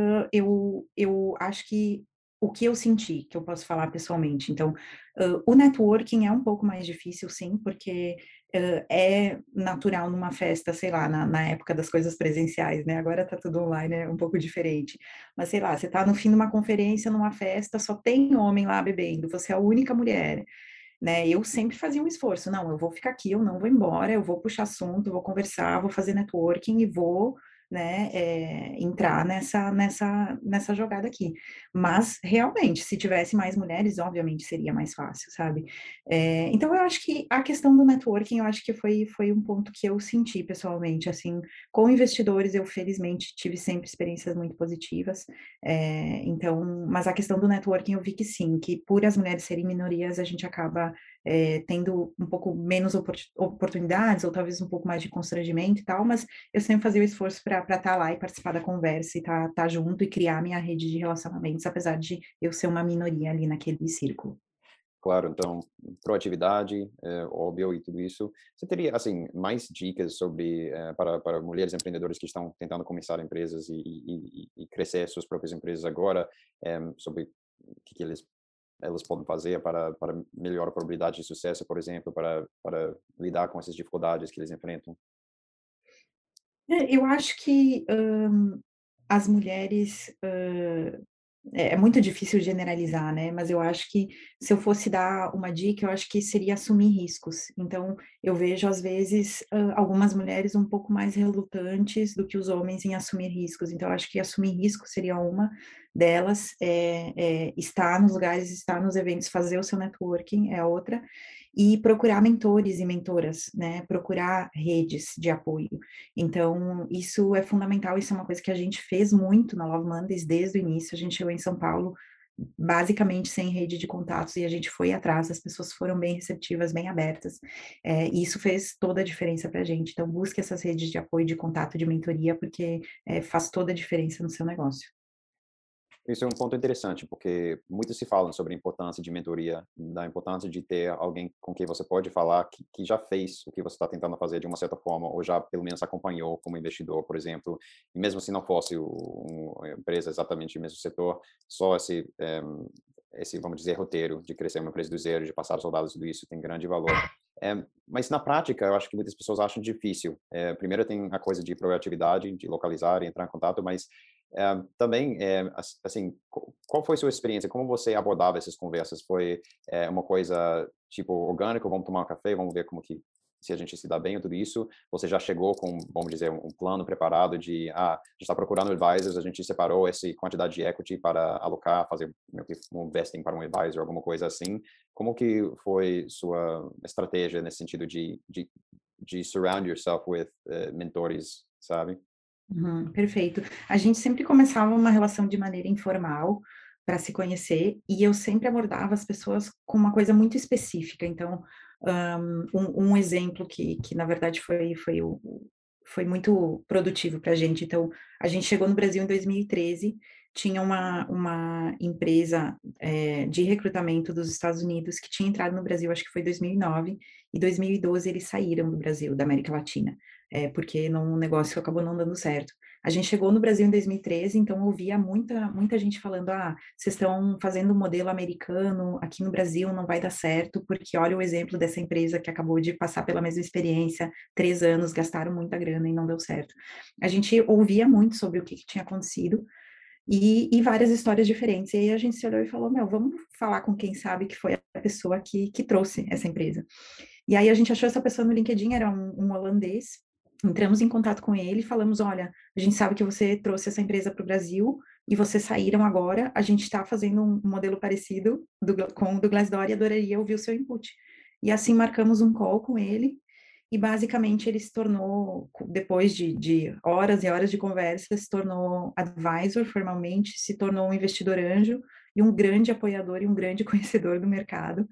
eu acho que o que eu senti, que eu posso falar pessoalmente. Então, o networking é um pouco mais difícil, sim, porque é natural numa festa, sei lá, na época das coisas presenciais, né? Agora tá tudo online, é um pouco diferente. Mas sei lá, você tá no fim de uma conferência, numa festa, só tem homem lá bebendo, você é a única mulher, né? Eu sempre fazia um esforço, não, eu vou ficar aqui, eu não vou embora, eu vou puxar assunto, vou conversar, vou fazer networking e vou, né, entrar nessa jogada aqui. Mas, realmente, se tivesse mais mulheres, obviamente seria mais fácil, sabe? Então, eu acho que a questão do networking, eu acho que foi um ponto que eu senti pessoalmente, assim, com investidores, eu felizmente tive sempre experiências muito positivas, então, mas a questão do networking eu vi que sim, que por as mulheres serem minorias, a gente acaba tendo um pouco menos oportunidades, ou talvez um pouco mais de constrangimento e tal, mas eu sempre fazia o esforço para estar lá e participar da conversa e tá junto e criar minha rede de relacionamentos, apesar de eu ser uma minoria ali naquele círculo. Claro, então, proatividade, óbvio e tudo isso. Você teria, assim, mais dicas sobre, para mulheres empreendedoras que estão tentando começar empresas e crescer suas próprias empresas agora, sobre o que elas podem fazer para melhorar a probabilidade de sucesso, por exemplo, para lidar com essas dificuldades que eles enfrentam? Eu acho que, as mulheres, é muito difícil generalizar, né, mas eu acho que se eu fosse dar uma dica, eu acho que seria assumir riscos. Então, eu vejo às vezes, algumas mulheres um pouco mais relutantes do que os homens em assumir riscos, então eu acho que assumir risco seria uma delas, estar nos lugares, estar nos eventos, fazer o seu networking é outra, e procurar mentores e mentoras, né, procurar redes de apoio. Então, isso é fundamental, isso é uma coisa que a gente fez muito na Love Mondays desde o início, a gente chegou em São Paulo, basicamente sem rede de contatos, e a gente foi atrás, as pessoas foram bem receptivas, bem abertas, e isso fez toda a diferença para a gente. Então, busque essas redes de apoio, de contato, de mentoria, porque, faz toda a diferença no seu negócio. Isso é um ponto interessante, porque muito se fala sobre a importância de mentoria, da importância de ter alguém com quem você pode falar que já fez o que você está tentando fazer de uma certa forma, ou já pelo menos acompanhou como investidor, por exemplo, e mesmo se não fosse uma empresa exatamente no mesmo setor, só esse, vamos dizer, roteiro de crescer uma empresa do zero, de passar os soldados, tudo isso tem grande valor. Mas na prática, eu acho que muitas pessoas acham difícil. Primeiro tem a coisa de proatividade, de localizar e entrar em contato, mas também, assim, qual foi a sua experiência? Como você abordava essas conversas? Foi, uma coisa, tipo, orgânica, vamos tomar um café, vamos ver como que se a gente se dá bem ou tudo isso? Você já chegou com, vamos dizer, um plano preparado de, a gente está procurando advisors, a gente separou essa quantidade de equity para alocar, fazer meio que um investing para um advisor, alguma coisa assim. Como que foi sua estratégia nesse sentido de surround yourself with, mentores, sabe? Uhum, perfeito. A gente sempre começava uma relação de maneira informal, para se conhecer, e eu sempre abordava as pessoas com uma coisa muito específica. Então, um exemplo que na verdade foi muito produtivo para a gente. Então, a gente chegou no Brasil em 2013, tinha uma empresa, de recrutamento dos Estados Unidos que tinha entrado no Brasil, acho que foi 2009, e 2012 eles saíram do Brasil, da América Latina, porque num negócio acabou não dando certo. A gente chegou no Brasil em 2013, então eu ouvia muita gente falando: "Ah, vocês estão fazendo um modelo americano, aqui no Brasil não vai dar certo, porque olha o exemplo dessa empresa que acabou de passar pela mesma experiência, 3 anos, gastaram muita grana e não deu certo". A gente ouvia muito sobre o que tinha acontecido, e várias histórias diferentes. E aí a gente se olhou e falou: "Meu, vamos falar com quem sabe que foi a pessoa que trouxe essa empresa". E aí a gente achou essa pessoa no LinkedIn, era um holandês, entramos em contato com ele e falamos: "Olha, a gente sabe que você trouxe essa empresa para o Brasil e vocês saíram agora, a gente está fazendo um modelo parecido com o do Glassdoor e adoraria ouvir o seu input". E assim marcamos um call com ele e basicamente ele se tornou, depois de horas e horas de conversa, se tornou advisor formalmente, se tornou um investidor anjo e um grande apoiador e um grande conhecedor do mercado,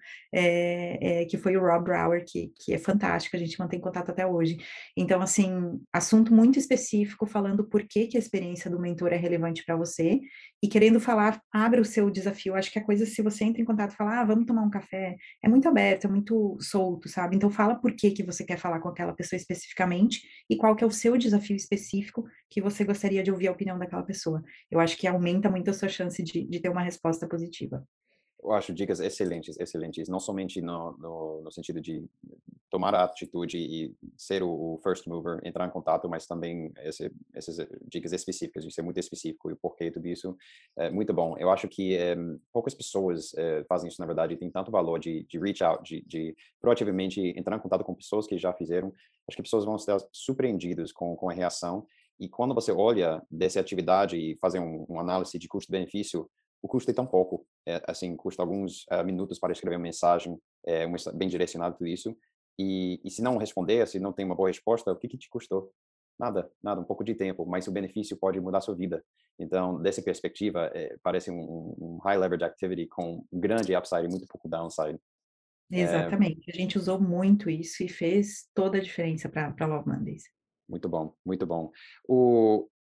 que foi o Rob Brower, que é fantástico, a gente mantém contato até hoje. Então, assim, assunto muito específico, falando por que que a experiência do mentor é relevante para você, e querendo falar, abre o seu desafio. Acho que a coisa, se você entra em contato e fala, vamos tomar um café, é muito aberto, é muito solto, sabe? Então, fala por que que você quer falar com aquela pessoa especificamente e qual que é o seu desafio específico que você gostaria de ouvir a opinião daquela pessoa. Eu acho que aumenta muito a sua chance de ter uma resposta positiva. Eu acho dicas excelentes, excelentes. Não somente no sentido de tomar a atitude e ser o first mover, entrar em contato, mas também essas dicas específicas, de ser muito específico e o porquê tudo isso. É muito bom. Eu acho que poucas pessoas fazem isso, na verdade, e tem tanto valor de reach out, de proativamente entrar em contato com pessoas que já fizeram. Acho que pessoas vão estar surpreendidas com a reação. E quando você olha dessa atividade e fazer uma análise de custo-benefício, o custo é tão pouco, assim, custa alguns minutos para escrever uma mensagem, bem direcionada, tudo isso. E se não responder, se não tem uma boa resposta, o que que te custou? Nada, nada, um pouco de tempo, mas o benefício pode mudar a sua vida. Então, dessa perspectiva, parece um high leverage activity com grande upside e muito pouco downside. Eh, Exatamente, a gente usou muito isso e fez toda a diferença para Love Mondays. Muito bom, muito bom. O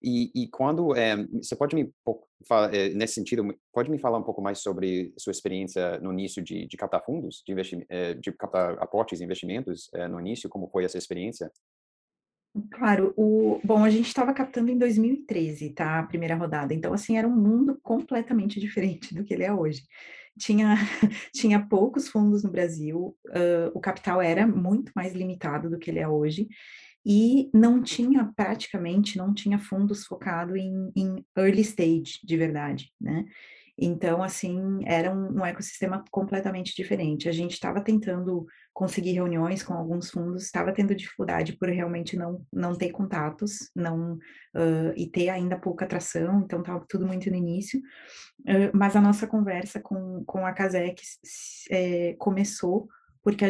E quando você pode nesse sentido, pode me falar um pouco mais sobre sua experiência no início de captar fundos, de captar aportes e investimentos no início, como foi essa experiência? Claro, bom, a gente estava captando em 2013, tá, a primeira rodada, então, assim, era um mundo completamente diferente do que ele é hoje. Tinha tinha poucos fundos no Brasil, o capital era muito mais limitado do que ele é hoje, e praticamente não tinha fundos focado em early stage, de verdade, né. Então, assim, era um ecossistema completamente diferente. A gente estava tentando conseguir reuniões com alguns fundos, estava tendo dificuldade por realmente não ter contatos, não, e ter ainda pouca atração, então estava tudo muito no início. Mas a nossa conversa com a Casec começou porque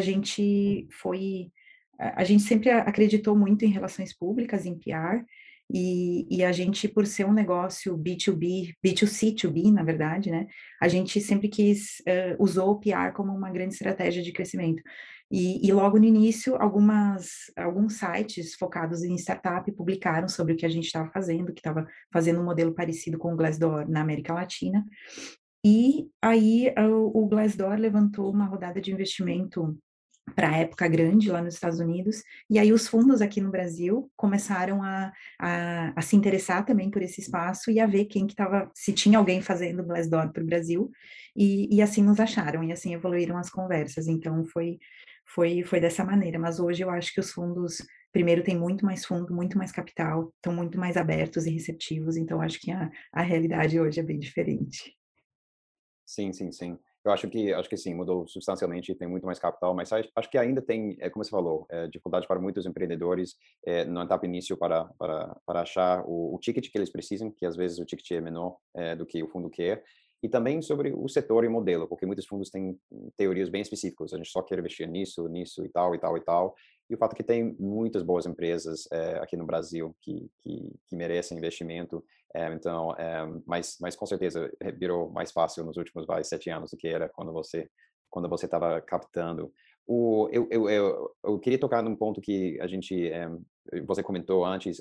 a gente sempre acreditou muito em relações públicas, em PR, e a gente, por ser um negócio B2B, B2C2B, na verdade, né, a gente sempre usou o PR como uma grande estratégia de crescimento. E logo no início, alguns sites focados em startup publicaram sobre o que a gente estava fazendo, que estava fazendo um modelo parecido com o Glassdoor na América Latina. E aí o Glassdoor levantou uma rodada de investimento para a época grande lá nos Estados Unidos, e aí os fundos aqui no Brasil começaram a se interessar também por esse espaço e a ver se tinha alguém fazendo Glassdoor para o Brasil, e assim nos acharam, e assim evoluíram as conversas, então foi dessa maneira, mas hoje eu acho que os fundos, primeiro, tem muito mais fundo, muito mais capital, estão muito mais abertos e receptivos, então acho que a realidade hoje é bem diferente. Sim, sim, sim. Eu acho que sim, mudou substancialmente, tem muito mais capital, mas acho que ainda tem, como você falou, dificuldade para muitos empreendedores no etapa início para achar o ticket que eles precisam, que às vezes o ticket é menor do que o fundo quer, e também sobre o setor e modelo, porque muitos fundos têm teorias bem específicas, a gente só quer investir nisso, nisso e tal, e tal, e tal, e o fato é que tem muitas boas empresas aqui no Brasil que merecem investimento, então, mas com certeza virou mais fácil nos últimos 7 anos do que era quando você estava captando. Eu queria tocar num ponto que você comentou antes,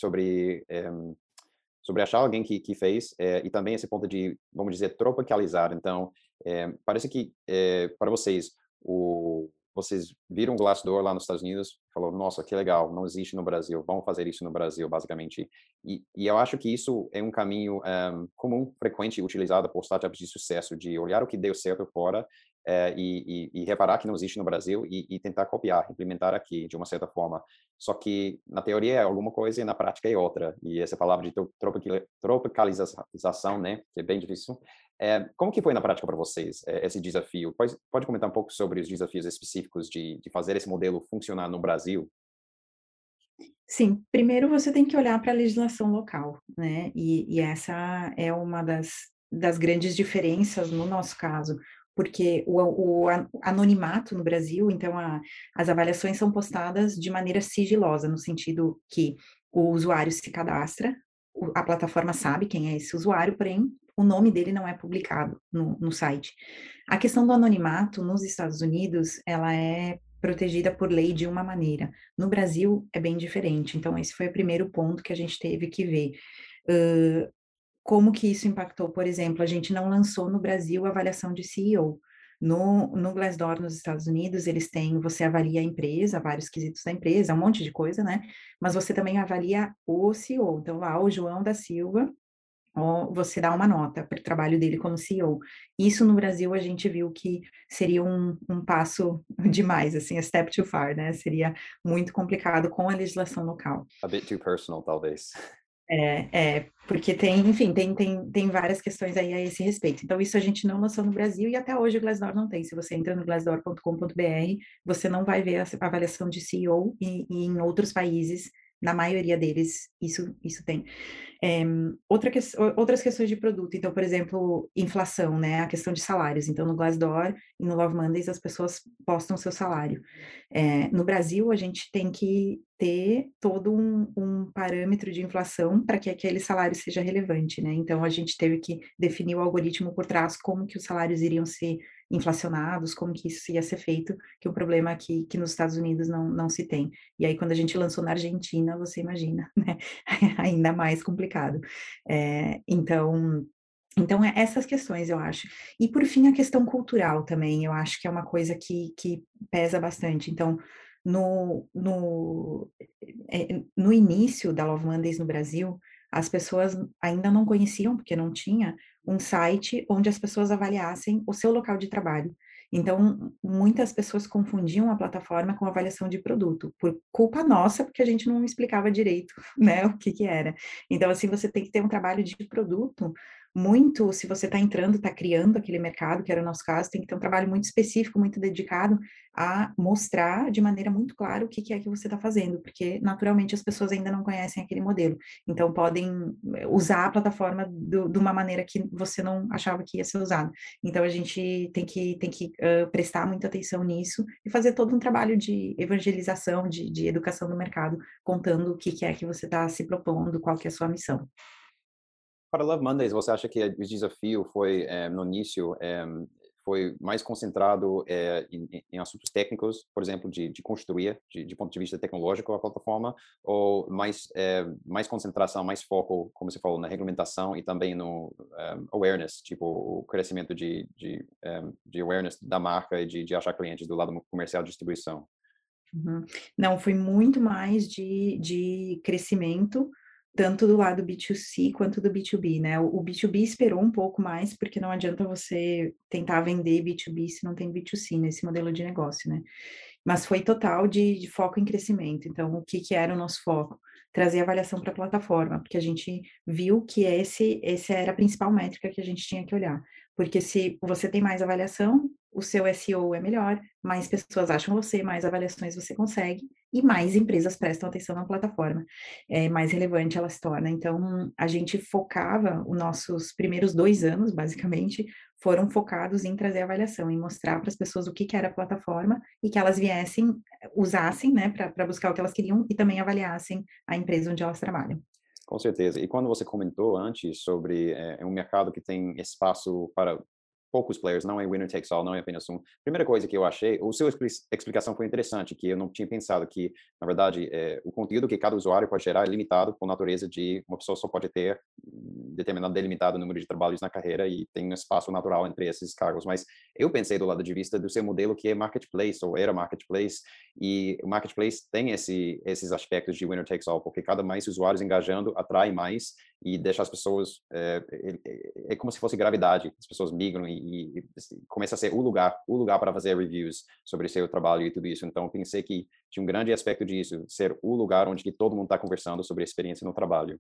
sobre achar alguém que fez, e também esse ponto de, vamos dizer, tropicalizar. Então, parece que, para vocês, vocês viram o Glassdoor lá nos Estados Unidos, falou, nossa, que legal, não existe no Brasil, vamos fazer isso no Brasil, basicamente. E eu acho que isso é um caminho comum, frequente, utilizado por startups de sucesso, de olhar o que deu certo fora, e reparar que não existe no Brasil e tentar copiar, implementar aqui de uma certa forma. Só que na teoria é alguma coisa e na prática é outra. E essa palavra de tropicalização, né, que é bem difícil. Como que foi na prática para vocês esse desafio? Pode comentar um pouco sobre os desafios específicos de fazer esse modelo funcionar no Brasil? Sim, primeiro você tem que olhar para a legislação local, né, e essa é uma das grandes diferenças no nosso caso, porque o anonimato no Brasil, então as avaliações são postadas de maneira sigilosa, no sentido que o usuário se cadastra, a plataforma sabe quem é esse usuário, porém o nome dele não é publicado no site. A questão do anonimato nos Estados Unidos, ela é protegida por lei de uma maneira. No Brasil é bem diferente, então esse foi o primeiro ponto que a gente teve que ver. Como que isso impactou, por exemplo, a gente não lançou no Brasil a avaliação de CEO. No Glassdoor, nos Estados Unidos, você avalia a empresa, vários quesitos da empresa, um monte de coisa, né? Mas você também avalia o CEO. Então, lá, o João da Silva, você dá uma nota para o trabalho dele como CEO. Isso no Brasil a gente viu que seria um passo demais, assim, a step too far, né? Seria muito complicado com a legislação local. A bit too personal, talvez. Porque enfim, tem várias questões aí a esse respeito. Então, isso a gente não lançou no Brasil e até hoje o Glassdoor não tem. Se você entra no glassdoor.com.br, você não vai ver a avaliação de CEO e em outros países, na maioria deles, isso tem. Outras questões de produto, então, por exemplo, inflação, né, a questão de salários. Então, no Glassdoor e no Love Mondays, as pessoas postam seu salário. No Brasil, a gente tem que ter todo um parâmetro de inflação para que aquele salário seja relevante, né? Então, a gente teve que definir o algoritmo por trás, como que os salários iriam ser inflacionados, como que isso ia ser feito, que é um problema que nos Estados Unidos não se tem. E aí, quando a gente lançou na Argentina, você imagina, né? Ainda mais complicado. Então, essas questões, eu acho. E, por fim, a questão cultural também, eu acho que é uma coisa que pesa bastante. Então, no início da Love Mondays no Brasil, as pessoas ainda não conheciam, porque não tinha, um site onde as pessoas avaliassem o seu local de trabalho. Então, muitas pessoas confundiam a plataforma com avaliação de produto, por culpa nossa, porque a gente não explicava direito, né, o que era. Então, assim, você tem que ter um trabalho de produto muito, se você está entrando, está criando aquele mercado, que era o nosso caso, tem que ter um trabalho muito específico, muito dedicado a mostrar de maneira muito clara o que é que você está fazendo, porque naturalmente as pessoas ainda não conhecem aquele modelo, então podem usar a plataforma de uma maneira que você não achava que ia ser usada. Então a gente tem que prestar muita atenção nisso e fazer todo um trabalho de evangelização, de educação do mercado, contando o que é que você está se propondo, qual que é a sua missão. Para Love Mondays, você acha que o desafio foi, no início, foi mais concentrado em assuntos técnicos, por exemplo, de construir, de ponto de vista tecnológico, a plataforma, ou mais concentração, mais foco, como você falou, na regulamentação e também no awareness, tipo o crescimento de awareness da marca e de achar clientes do lado comercial de distribuição? Uhum. Não, foi muito mais de crescimento, tanto do lado B2C quanto do B2B, né? O B2B esperou um pouco mais, porque não adianta você tentar vender B2B se não tem B2C nesse modelo de negócio, né? Mas foi total de foco em crescimento. Então, o que era o nosso foco? Trazer avaliação para a plataforma, porque a gente viu que esse era a principal métrica que a gente tinha que olhar. Porque se você tem mais avaliação, o seu SEO é melhor, mais pessoas acham você, mais avaliações você consegue, e mais empresas prestam atenção na plataforma. Mais relevante ela se torna. Então, a gente focava os nossos primeiros 2 anos, basicamente, foram focados em trazer avaliação, em mostrar para as pessoas o que era a plataforma e que elas viessem, usassem, né, para buscar o que elas queriam e também avaliassem a empresa onde elas trabalham. Com certeza. E quando você comentou antes sobre é um mercado que tem espaço para poucos players, não é winner takes all, não é apenas um. Primeira coisa que eu achei, o seu explicação foi interessante, que eu não tinha pensado que, na verdade, o conteúdo que cada usuário pode gerar é limitado por natureza de uma pessoa só pode ter determinado delimitado número de trabalhos na carreira e tem um espaço natural entre esses cargos. Mas eu pensei do lado de vista do seu modelo que é marketplace ou era marketplace e o marketplace tem esses aspectos de winner takes all, porque cada mais usuários engajando atrai mais e deixa as pessoas é como se fosse gravidade, as pessoas migram e começa a ser o lugar para fazer reviews sobre seu trabalho e tudo isso. Então pensei que tinha um grande aspecto disso, ser o lugar onde que todo mundo está conversando sobre a experiência no trabalho.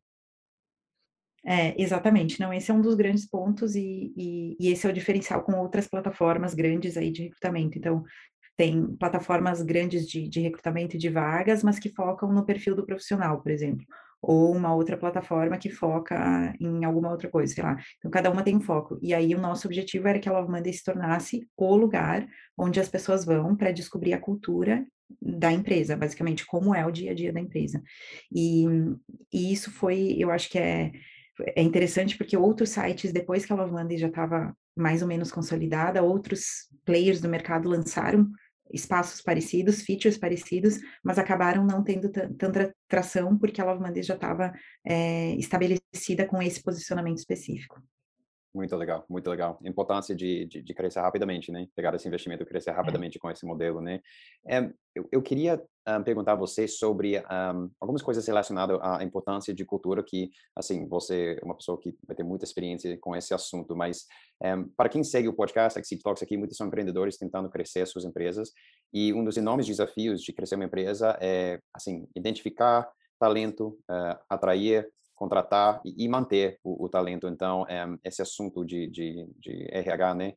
Exatamente. Não, esse é um dos grandes pontos e esse é o diferencial com outras plataformas grandes aí de recrutamento. Então, tem plataformas grandes de recrutamento e de vagas, mas que focam no perfil do profissional, por exemplo. Ou uma outra plataforma que foca em alguma outra coisa, sei lá. Então, cada uma tem um foco. E aí, o nosso objetivo era que a Love Monday se tornasse o lugar onde as pessoas vão para descobrir a cultura da empresa, basicamente, como é o dia a dia da empresa. E, e isso foi, eu acho que é interessante porque outros sites, depois que a Love Monday já estava mais ou menos consolidada, outros players do mercado lançaram espaços parecidos, features parecidos, mas acabaram não tendo tanta tração porque a Love Monday já estava estabelecida com esse posicionamento específico. Muito legal, muito legal. A importância de crescer rapidamente, né? Pegar esse investimento e crescer É. rapidamente com esse modelo, né? Eu queria perguntar a você sobre algumas coisas relacionadas à importância de cultura, que, assim, você é uma pessoa que vai ter muita experiência com esse assunto, mas para quem segue o podcast, Exceed Talks aqui, muitos são empreendedores tentando crescer suas empresas, e um dos enormes desafios de crescer uma empresa é, assim, identificar talento, atrair contratar e manter o talento. Então, esse assunto de RH, né,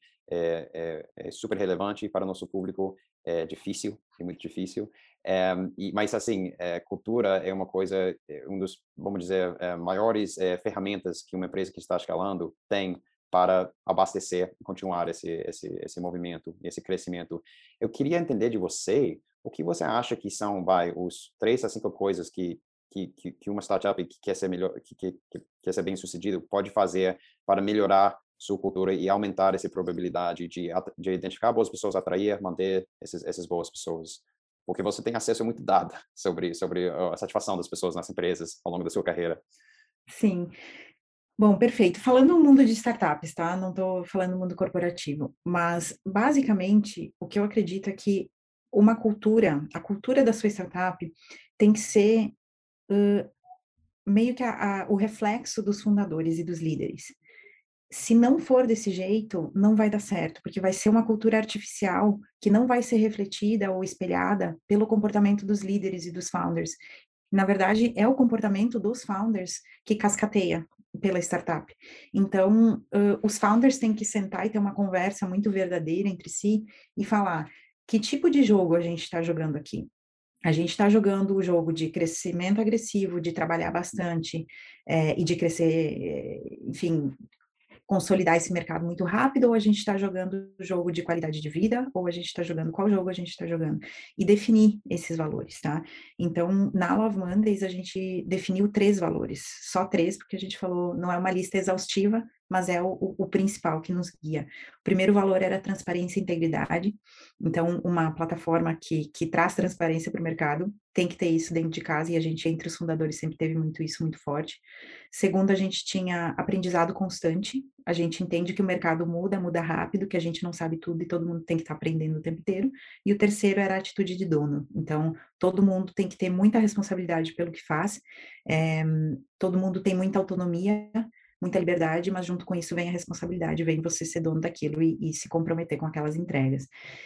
é super relevante para o nosso público, é difícil, é muito difícil. Mas, assim, cultura é uma coisa, um dos, vamos dizer, maiores ferramentas que uma empresa que está escalando tem para abastecer e continuar esse movimento, esse crescimento. Eu queria entender de você o que você acha que são, os 3 a 5 coisas que uma startup que quer ser melhor, que quer ser bem sucedido pode fazer para melhorar sua cultura e aumentar essa probabilidade de identificar boas pessoas, atrair, manter essas boas pessoas. Porque você tem acesso a muito dado sobre a satisfação das pessoas nas empresas ao longo da sua carreira. Sim. Bom, perfeito. Falando no mundo de startups, tá? Não estou falando no mundo corporativo, mas basicamente o que eu acredito é que a cultura da sua startup tem que ser meio que o reflexo dos fundadores e dos líderes. Se não for desse jeito, não vai dar certo, porque vai ser uma cultura artificial que não vai ser refletida ou espelhada pelo comportamento dos líderes e dos founders. Na verdade, é o comportamento dos founders que cascateia pela startup. Então, os founders têm que sentar e ter uma conversa muito verdadeira entre si e falar: que tipo de jogo a gente está jogando aqui? A gente está jogando o jogo de crescimento agressivo, de trabalhar bastante, e de crescer, enfim, consolidar esse mercado muito rápido, ou a gente está jogando o jogo de qualidade de vida, ou a gente está jogando qual jogo a gente está jogando, e definir esses valores, tá? Então, na Love Mondays, a gente definiu 3 valores, só 3, porque a gente falou, não é uma lista exaustiva, mas é o principal que nos guia. O primeiro valor era transparência e integridade, então, uma plataforma que traz transparência para o mercado, tem que ter isso dentro de casa, e a gente, entre os fundadores, sempre teve muito isso, muito forte. Segundo, a gente tinha aprendizado constante, a gente entende que o mercado muda rápido, que a gente não sabe tudo e todo mundo tem que estar aprendendo o tempo inteiro. E o terceiro era a atitude de dono. Então, todo mundo tem que ter muita responsabilidade pelo que faz, todo mundo tem muita autonomia, muita liberdade, mas junto com isso vem a responsabilidade, vem você ser dono daquilo e se comprometer com aquelas entregas.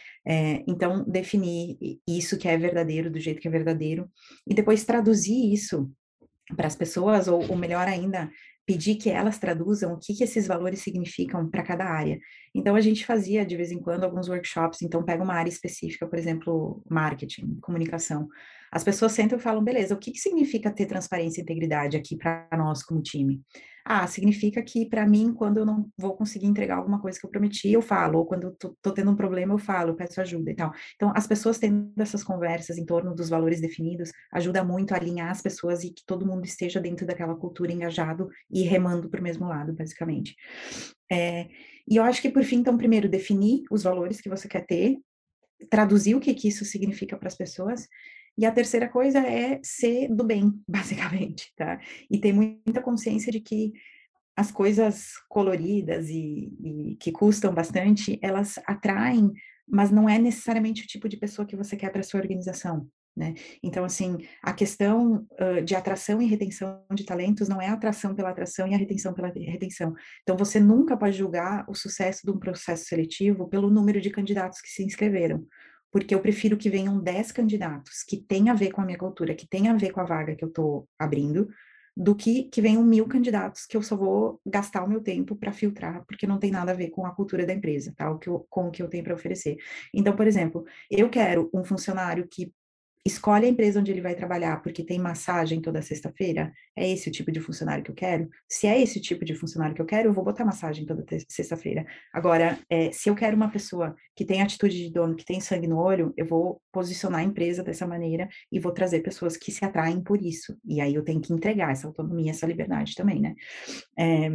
Então, definir isso que é verdadeiro, do jeito que é verdadeiro, e depois traduzir isso para as pessoas, ou melhor ainda, pedir que elas traduzam o que esses valores significam para cada área. Então, a gente fazia, de vez em quando, alguns workshops. Então, pega uma área específica, por exemplo, marketing, comunicação. As pessoas sentam e falam, beleza, o que significa ter transparência e integridade aqui para nós como time? Ah, significa que para mim, quando eu não vou conseguir entregar alguma coisa que eu prometi, eu falo, ou quando eu tô tendo um problema, eu falo, eu peço ajuda e tal. Então, as pessoas tendo essas conversas em torno dos valores definidos, ajuda muito a alinhar as pessoas e que todo mundo esteja dentro daquela cultura engajado e remando para o mesmo lado, basicamente. E eu acho que, por fim, então, primeiro, definir os valores que você quer ter, traduzir o que isso significa para as pessoas, e a terceira coisa é ser do bem, basicamente, tá? E ter muita consciência de que as coisas coloridas e que custam bastante, elas atraem, mas não é necessariamente o tipo de pessoa que você quer para sua organização, né? Então, assim, a questão de atração e retenção de talentos não é a atração pela atração e a retenção pela retenção. Então, você nunca pode julgar o sucesso de um processo seletivo pelo número de candidatos que se inscreveram, porque eu prefiro que venham 10 candidatos que têm a ver com a minha cultura, que têm a ver com a vaga que eu estou abrindo, do que venham 1000 candidatos que eu só vou gastar o meu tempo para filtrar, porque não tem nada a ver com a cultura da empresa, tá? Com o que eu tenho para oferecer. Então, por exemplo, eu quero um funcionário que escolhe a empresa onde ele vai trabalhar porque tem massagem toda sexta-feira. É esse o tipo de funcionário que eu quero? Se é esse o tipo de funcionário que eu quero, eu vou botar massagem toda sexta-feira. Agora, se eu quero uma pessoa que tem atitude de dono, que tem sangue no olho, eu vou posicionar a empresa dessa maneira e vou trazer pessoas que se atraem por isso. E aí eu tenho que entregar essa autonomia, essa liberdade também, né? É,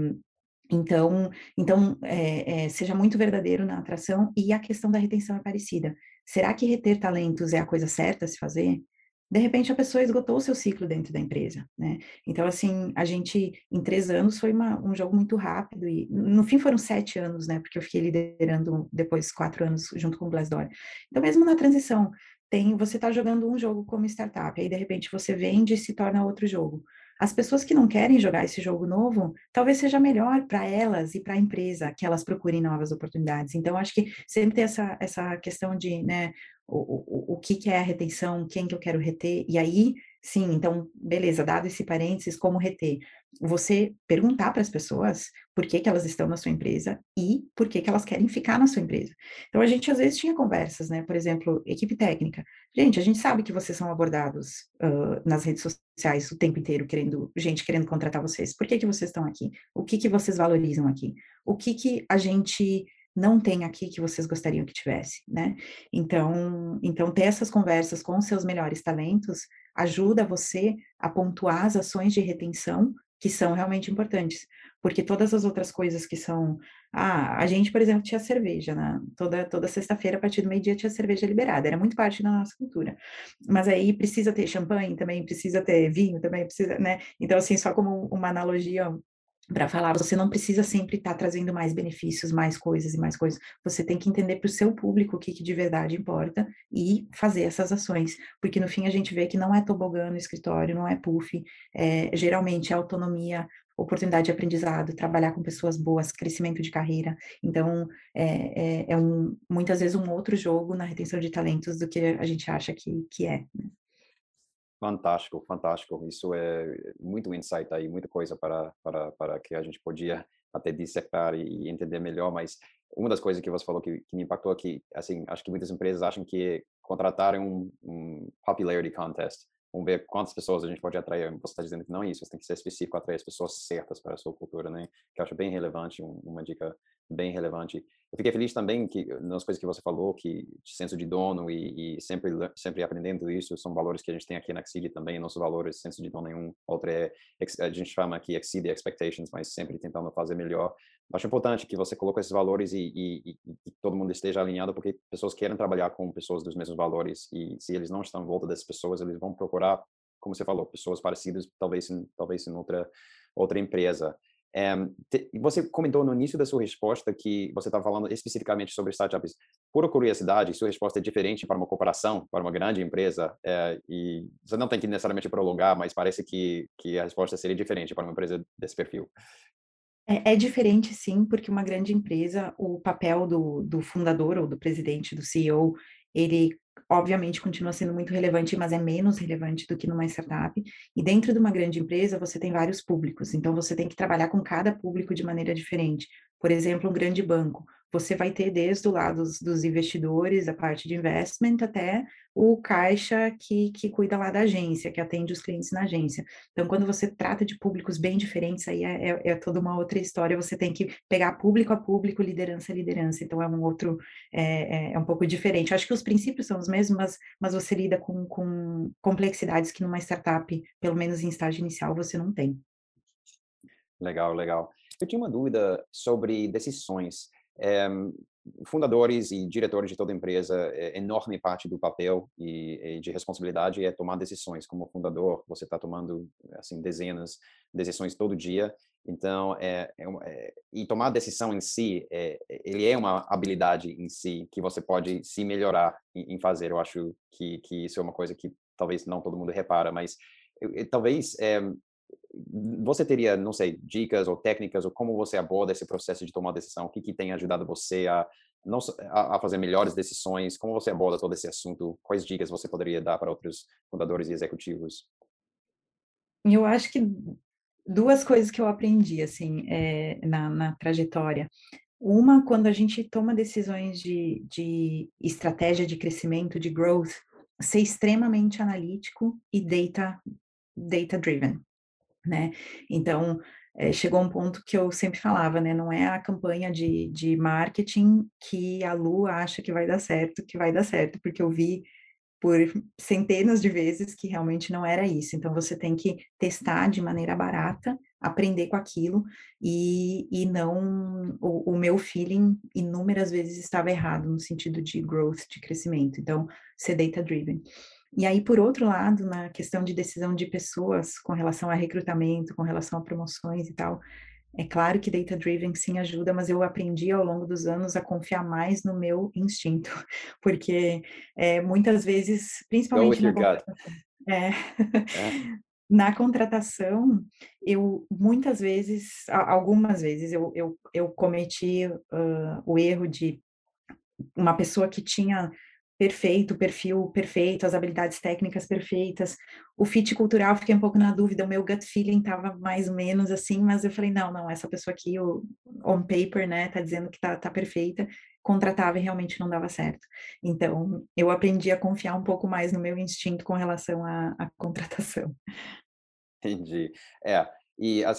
então, seja muito verdadeiro na atração, e a questão da retenção é parecida. Será que reter talentos é a coisa certa a se fazer? De repente, a pessoa esgotou o seu ciclo dentro da empresa, né? Então, assim, a gente, em 3 anos, foi um jogo muito rápido, e no fim foram 7 anos, né? Porque eu fiquei liderando depois 4 anos junto com o Glassdoor. Então, mesmo na transição, você está jogando um jogo como startup, aí de repente você vende e se torna outro jogo. As pessoas que não querem jogar esse jogo novo, talvez seja melhor para elas e para a empresa que elas procurem novas oportunidades. Então, acho que sempre tem essa questão de, né, o que é a retenção, quem que eu quero reter, e aí, sim, então, beleza, dado esse parênteses, como reter? Você perguntar para as pessoas por que elas estão na sua empresa e por que elas querem ficar na sua empresa. Então, a gente às vezes tinha conversas, né, por exemplo, equipe técnica. Gente, a gente sabe que vocês são abordados nas redes sociais o tempo inteiro, gente querendo contratar vocês. Por que vocês estão aqui? O que vocês valorizam aqui? O que a gente não tem aqui que vocês gostariam que tivesse, né? Então ter essas conversas com os seus melhores talentos ajuda você a pontuar as ações de retenção que são realmente importantes. porque todas as outras coisas que são... a gente, por exemplo, tinha cerveja, né? Toda sexta-feira, a partir do meio-dia, tinha cerveja liberada, era muito parte da nossa cultura. Mas aí precisa ter champanhe também, precisa ter vinho também, precisa, né? Então, assim, só como uma analogia para falar, você não precisa sempre estar trazendo mais benefícios, mais coisas e mais coisas. Você tem que entender para o seu público o que, que de verdade importa e fazer essas ações, porque no fim a gente vê que não é tobogã no escritório, não é puff, geralmente é autonomia, oportunidade de aprendizado, trabalhar com pessoas boas, crescimento de carreira. Então, muitas vezes um outro jogo na retenção de talentos do que a gente acha que é. Fantástico, fantástico. Isso é muito insight aí, muita coisa para que a gente podia até dissecar e entender melhor, mas uma das coisas que você falou que me impactou aqui, assim, acho que muitas empresas acham que contratar um popularity contest, vamos ver quantas pessoas a gente pode atrair. Você está dizendo que não é isso, você tem que ser específico, atrair as pessoas certas para a sua cultura, né? Que eu acho bem relevante, uma dica bem relevante. Eu fiquei feliz também que nas coisas que você falou, que senso de dono e sempre aprendendo isso, são valores que a gente tem aqui na Exceed também, nossos valores, senso de dono é um, outro é, a gente chama aqui Exceed Expectations, mas sempre tentando fazer melhor. Acho importante que você coloque esses valores e todo mundo esteja alinhado, porque pessoas querem trabalhar com pessoas dos mesmos valores, e se eles não estão em volta dessas pessoas, eles vão procurar, como você falou, pessoas parecidas, talvez em outra empresa. Você comentou no início da sua resposta que você estava falando especificamente sobre startups. Por curiosidade, sua resposta é diferente para uma corporação, para uma grande empresa, e você não tem que necessariamente prolongar, mas parece que a resposta seria diferente para uma empresa desse perfil. É diferente, sim, porque uma grande empresa, o papel do fundador ou do presidente, do CEO, ele obviamente continua sendo muito relevante, mas é menos relevante do que numa startup. E dentro de uma grande empresa, você tem vários públicos, então você tem que trabalhar com cada público de maneira diferente. Por exemplo, um grande banco, você vai ter desde o lado dos investidores, a parte de investment, até o caixa que cuida lá da agência, que atende os clientes na agência. Então, quando você trata de públicos bem diferentes, aí é toda uma outra história. Você tem que pegar público a público, liderança a liderança. Então, é um pouco diferente. Eu acho que os princípios são os mesmos, mas você lida com complexidades que numa startup, pelo menos em estágio inicial, você não tem. Legal, legal. Eu tinha uma dúvida sobre decisões. Fundadores e diretores de toda empresa, enorme parte do papel e de responsabilidade é tomar decisões. Como fundador, você está tomando assim dezenas de decisões todo dia. Então, e tomar decisão em si, ele é uma habilidade em si que você pode se melhorar em fazer. Eu acho que isso é uma coisa que talvez não todo mundo repara, mas talvez você teria, não sei, dicas ou técnicas ou como você aborda esse processo de tomar decisão? O que tem ajudado você a fazer melhores decisões? Como você aborda todo esse assunto? Quais dicas você poderia dar para outros fundadores e executivos? E eu acho que duas coisas que eu aprendi, assim, na trajetória. Uma, quando a gente toma decisões de estratégia de crescimento, de growth, ser extremamente analítico e data-driven, né? Então, chegou um ponto que eu sempre falava, né? Não é a campanha de marketing que a Lu acha que vai dar certo, porque eu vi por centenas de vezes que realmente não era isso. Então, você tem que testar de maneira barata, aprender com aquilo, e não... O meu feeling, inúmeras vezes, estava errado, no sentido de growth, de crescimento. Então, ser data-driven. E aí, por outro lado, na questão de decisão de pessoas com relação a recrutamento, com relação a promoções e tal, é claro que data-driven sim ajuda, mas eu aprendi ao longo dos anos a confiar mais no meu instinto, porque muitas vezes, Go principalmente with your gut. é, É, na contratação, eu muitas vezes, algumas vezes, eu cometi o erro de uma pessoa que tinha perfeito, o perfil perfeito, as habilidades técnicas perfeitas, o fit cultural, fiquei um pouco na dúvida, o meu gut feeling estava mais ou menos assim, mas eu falei, não, essa pessoa aqui, o on paper, né, tá dizendo que tá perfeita, contratava e realmente não dava certo. Então, eu aprendi a confiar um pouco mais no meu instinto com relação à contratação. entendi. E assim,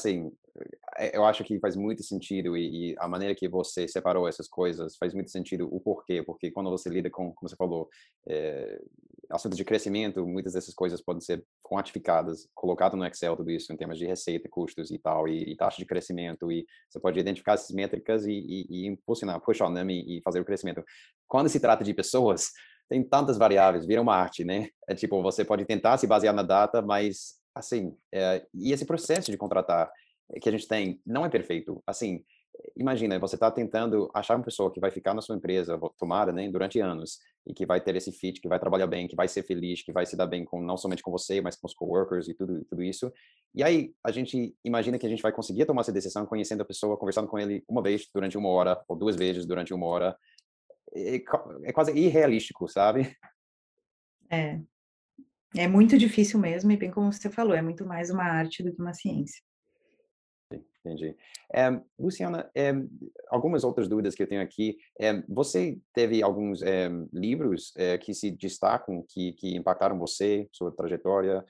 eu acho que faz muito sentido e a maneira que você separou essas coisas faz muito sentido o porquê, porque quando você lida com, como você falou, assuntos de crescimento, muitas dessas coisas podem ser quantificadas, colocado no Excel, tudo isso, em termos de receita, custos e tal, e taxa de crescimento, e você pode identificar essas métricas e impulsionar, push on them e fazer o crescimento. Quando se trata de pessoas, tem tantas variáveis, vira uma arte, né? É tipo, você pode tentar se basear na data, mas, assim, e esse processo de contratar que a gente tem não é perfeito. Assim, imagina, você está tentando achar uma pessoa que vai ficar na sua empresa, tomara, né, durante anos, e que vai ter esse fit, que vai trabalhar bem, que vai ser feliz, que vai se dar bem com não somente com você, mas com os coworkers e tudo isso. E aí a gente imagina que a gente vai conseguir tomar essa decisão conhecendo a pessoa, conversando com ele uma vez durante 1 hora ou 2 vezes durante 1 hora. É quase irrealístico, sabe? É, é muito difícil mesmo, e bem como você falou, é muito mais uma arte do que uma ciência. Entendi. Luciana, algumas outras dúvidas que eu tenho aqui. Você teve alguns livros que se destacam, que impactaram você, sua trajetória,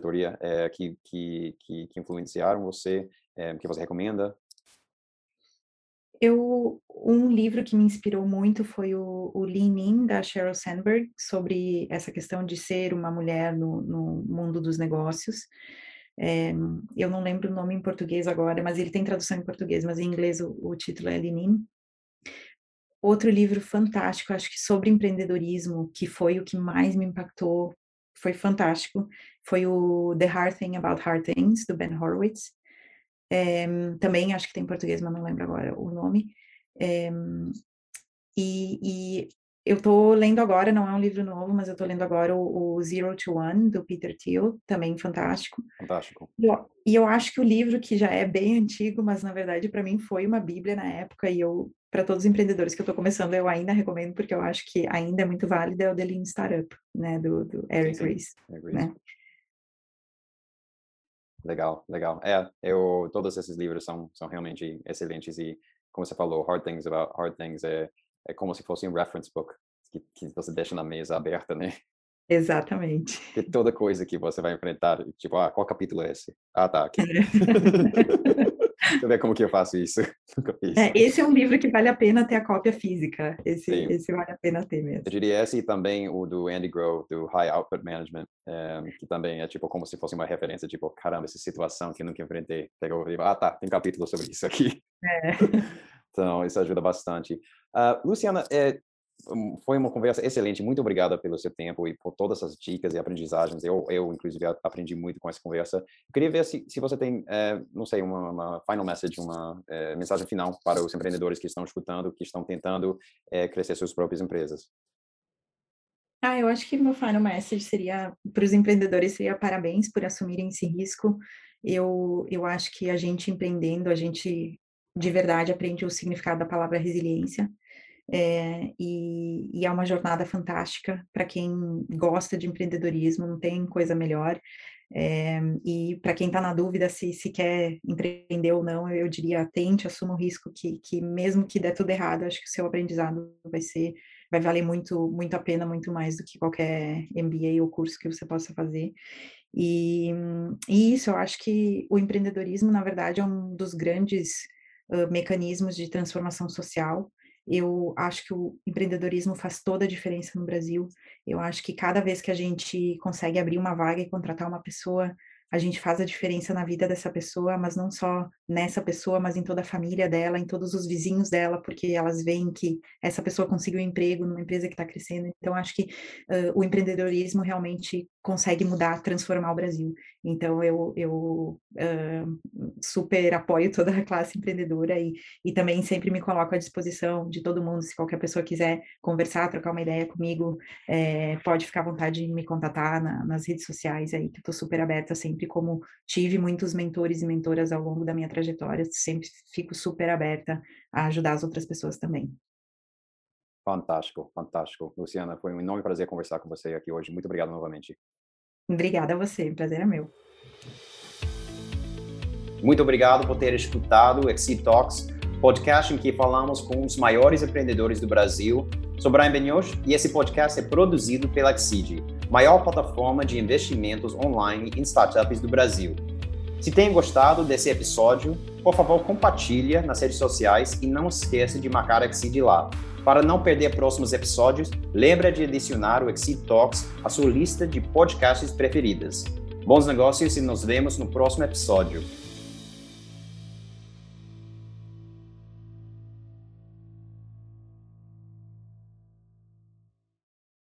que influenciaram você, que você recomenda? Um livro que me inspirou muito foi o Lean In, da Sheryl Sandberg, sobre essa questão de ser uma mulher no mundo dos negócios. Eu não lembro o nome em português agora, mas ele tem tradução em português, mas em inglês o título é Lean In. Outro livro fantástico, acho que sobre empreendedorismo, que foi o que mais me impactou, foi fantástico, foi o The Hard Thing About Hard Things, do Ben Horowitz. Também acho que tem em português, mas não lembro agora o nome. E eu estou lendo agora, não é um livro novo, mas eu estou lendo agora o Zero to One, do Peter Thiel, também fantástico. Fantástico. E eu acho que o livro, que já é bem antigo, mas na verdade para mim foi uma bíblia na época, e para todos os empreendedores que eu estou começando, eu ainda recomendo, porque eu acho que ainda é muito válido, é o The Lean Startup, né, do Eric Ries, né? Legal, legal. Todos esses livros são realmente excelentes e, como você falou, Hard Things About Hard Things é como se fosse um reference book que você deixa na mesa aberta, né? Exatamente. Que toda coisa que você vai enfrentar, tipo, qual capítulo é esse? Tá, aqui. Deixa eu ver como que eu faço isso. Nunca fiz. Esse é um livro que vale a pena ter a cópia física. Sim. Esse vale a pena ter mesmo. Eu diria esse e também o do Andy Grove, do High Output Management, que também é tipo como se fosse uma referência, tipo, caramba, essa situação que eu nunca enfrentei. Pegou e tá, tem capítulo sobre isso aqui. Então, isso ajuda bastante. Luciana, foi uma conversa excelente. Muito obrigada pelo seu tempo e por todas essas dicas e aprendizagens. Eu inclusive, aprendi muito com essa conversa. Eu queria ver se você tem, não sei, uma final message, uma mensagem final para os empreendedores que estão escutando, que estão tentando crescer suas próprias empresas. Eu acho que meu final message seria, para os empreendedores, seria parabéns por assumirem esse risco. Eu acho que a gente empreendendo, a gente de verdade aprende o significado da palavra resiliência. E é uma jornada fantástica para quem gosta de empreendedorismo, não tem coisa melhor. E para quem está na dúvida se quer empreender ou não, eu diria, tente, assuma o risco que mesmo que der tudo errado, acho que o seu aprendizado vai valer muito, muito a pena, muito mais do que qualquer MBA ou curso que você possa fazer. E isso, eu acho que o empreendedorismo, na verdade, é um dos grandes mecanismos de transformação social. Eu acho que o empreendedorismo faz toda a diferença no Brasil. Eu acho que cada vez que a gente consegue abrir uma vaga e contratar uma pessoa, a gente faz a diferença na vida dessa pessoa, mas não só nessa pessoa, mas em toda a família dela, em todos os vizinhos dela, porque elas veem que essa pessoa conseguiu um emprego numa empresa que está crescendo. Então, acho que o empreendedorismo realmente consegue mudar, transformar o Brasil. Então, eu super apoio toda a classe empreendedora e também sempre me coloco à disposição de todo mundo, se qualquer pessoa quiser conversar, trocar uma ideia comigo, pode ficar à vontade de me contatar nas redes sociais aí, que eu estou super aberta sempre, como tive muitos mentores e mentoras ao longo da minha trajetória, sempre fico super aberta a ajudar as outras pessoas também. Fantástico, fantástico. Luciana, foi um enorme prazer conversar com você aqui hoje. Muito obrigado novamente. Obrigada a você, o prazer é meu. Muito obrigado por ter escutado o Exceed Talks, podcast em que falamos com os maiores empreendedores do Brasil. Sou Brian Benioch e esse podcast é produzido pela Exceed, maior plataforma de investimentos online em startups do Brasil. Se tem gostado desse episódio, por favor, compartilha nas redes sociais e não esqueça de marcar a Exceed lá. Para não perder próximos episódios, lembra de adicionar o Exceed Talks à sua lista de podcasts preferidas. Bons negócios e nos vemos no próximo episódio.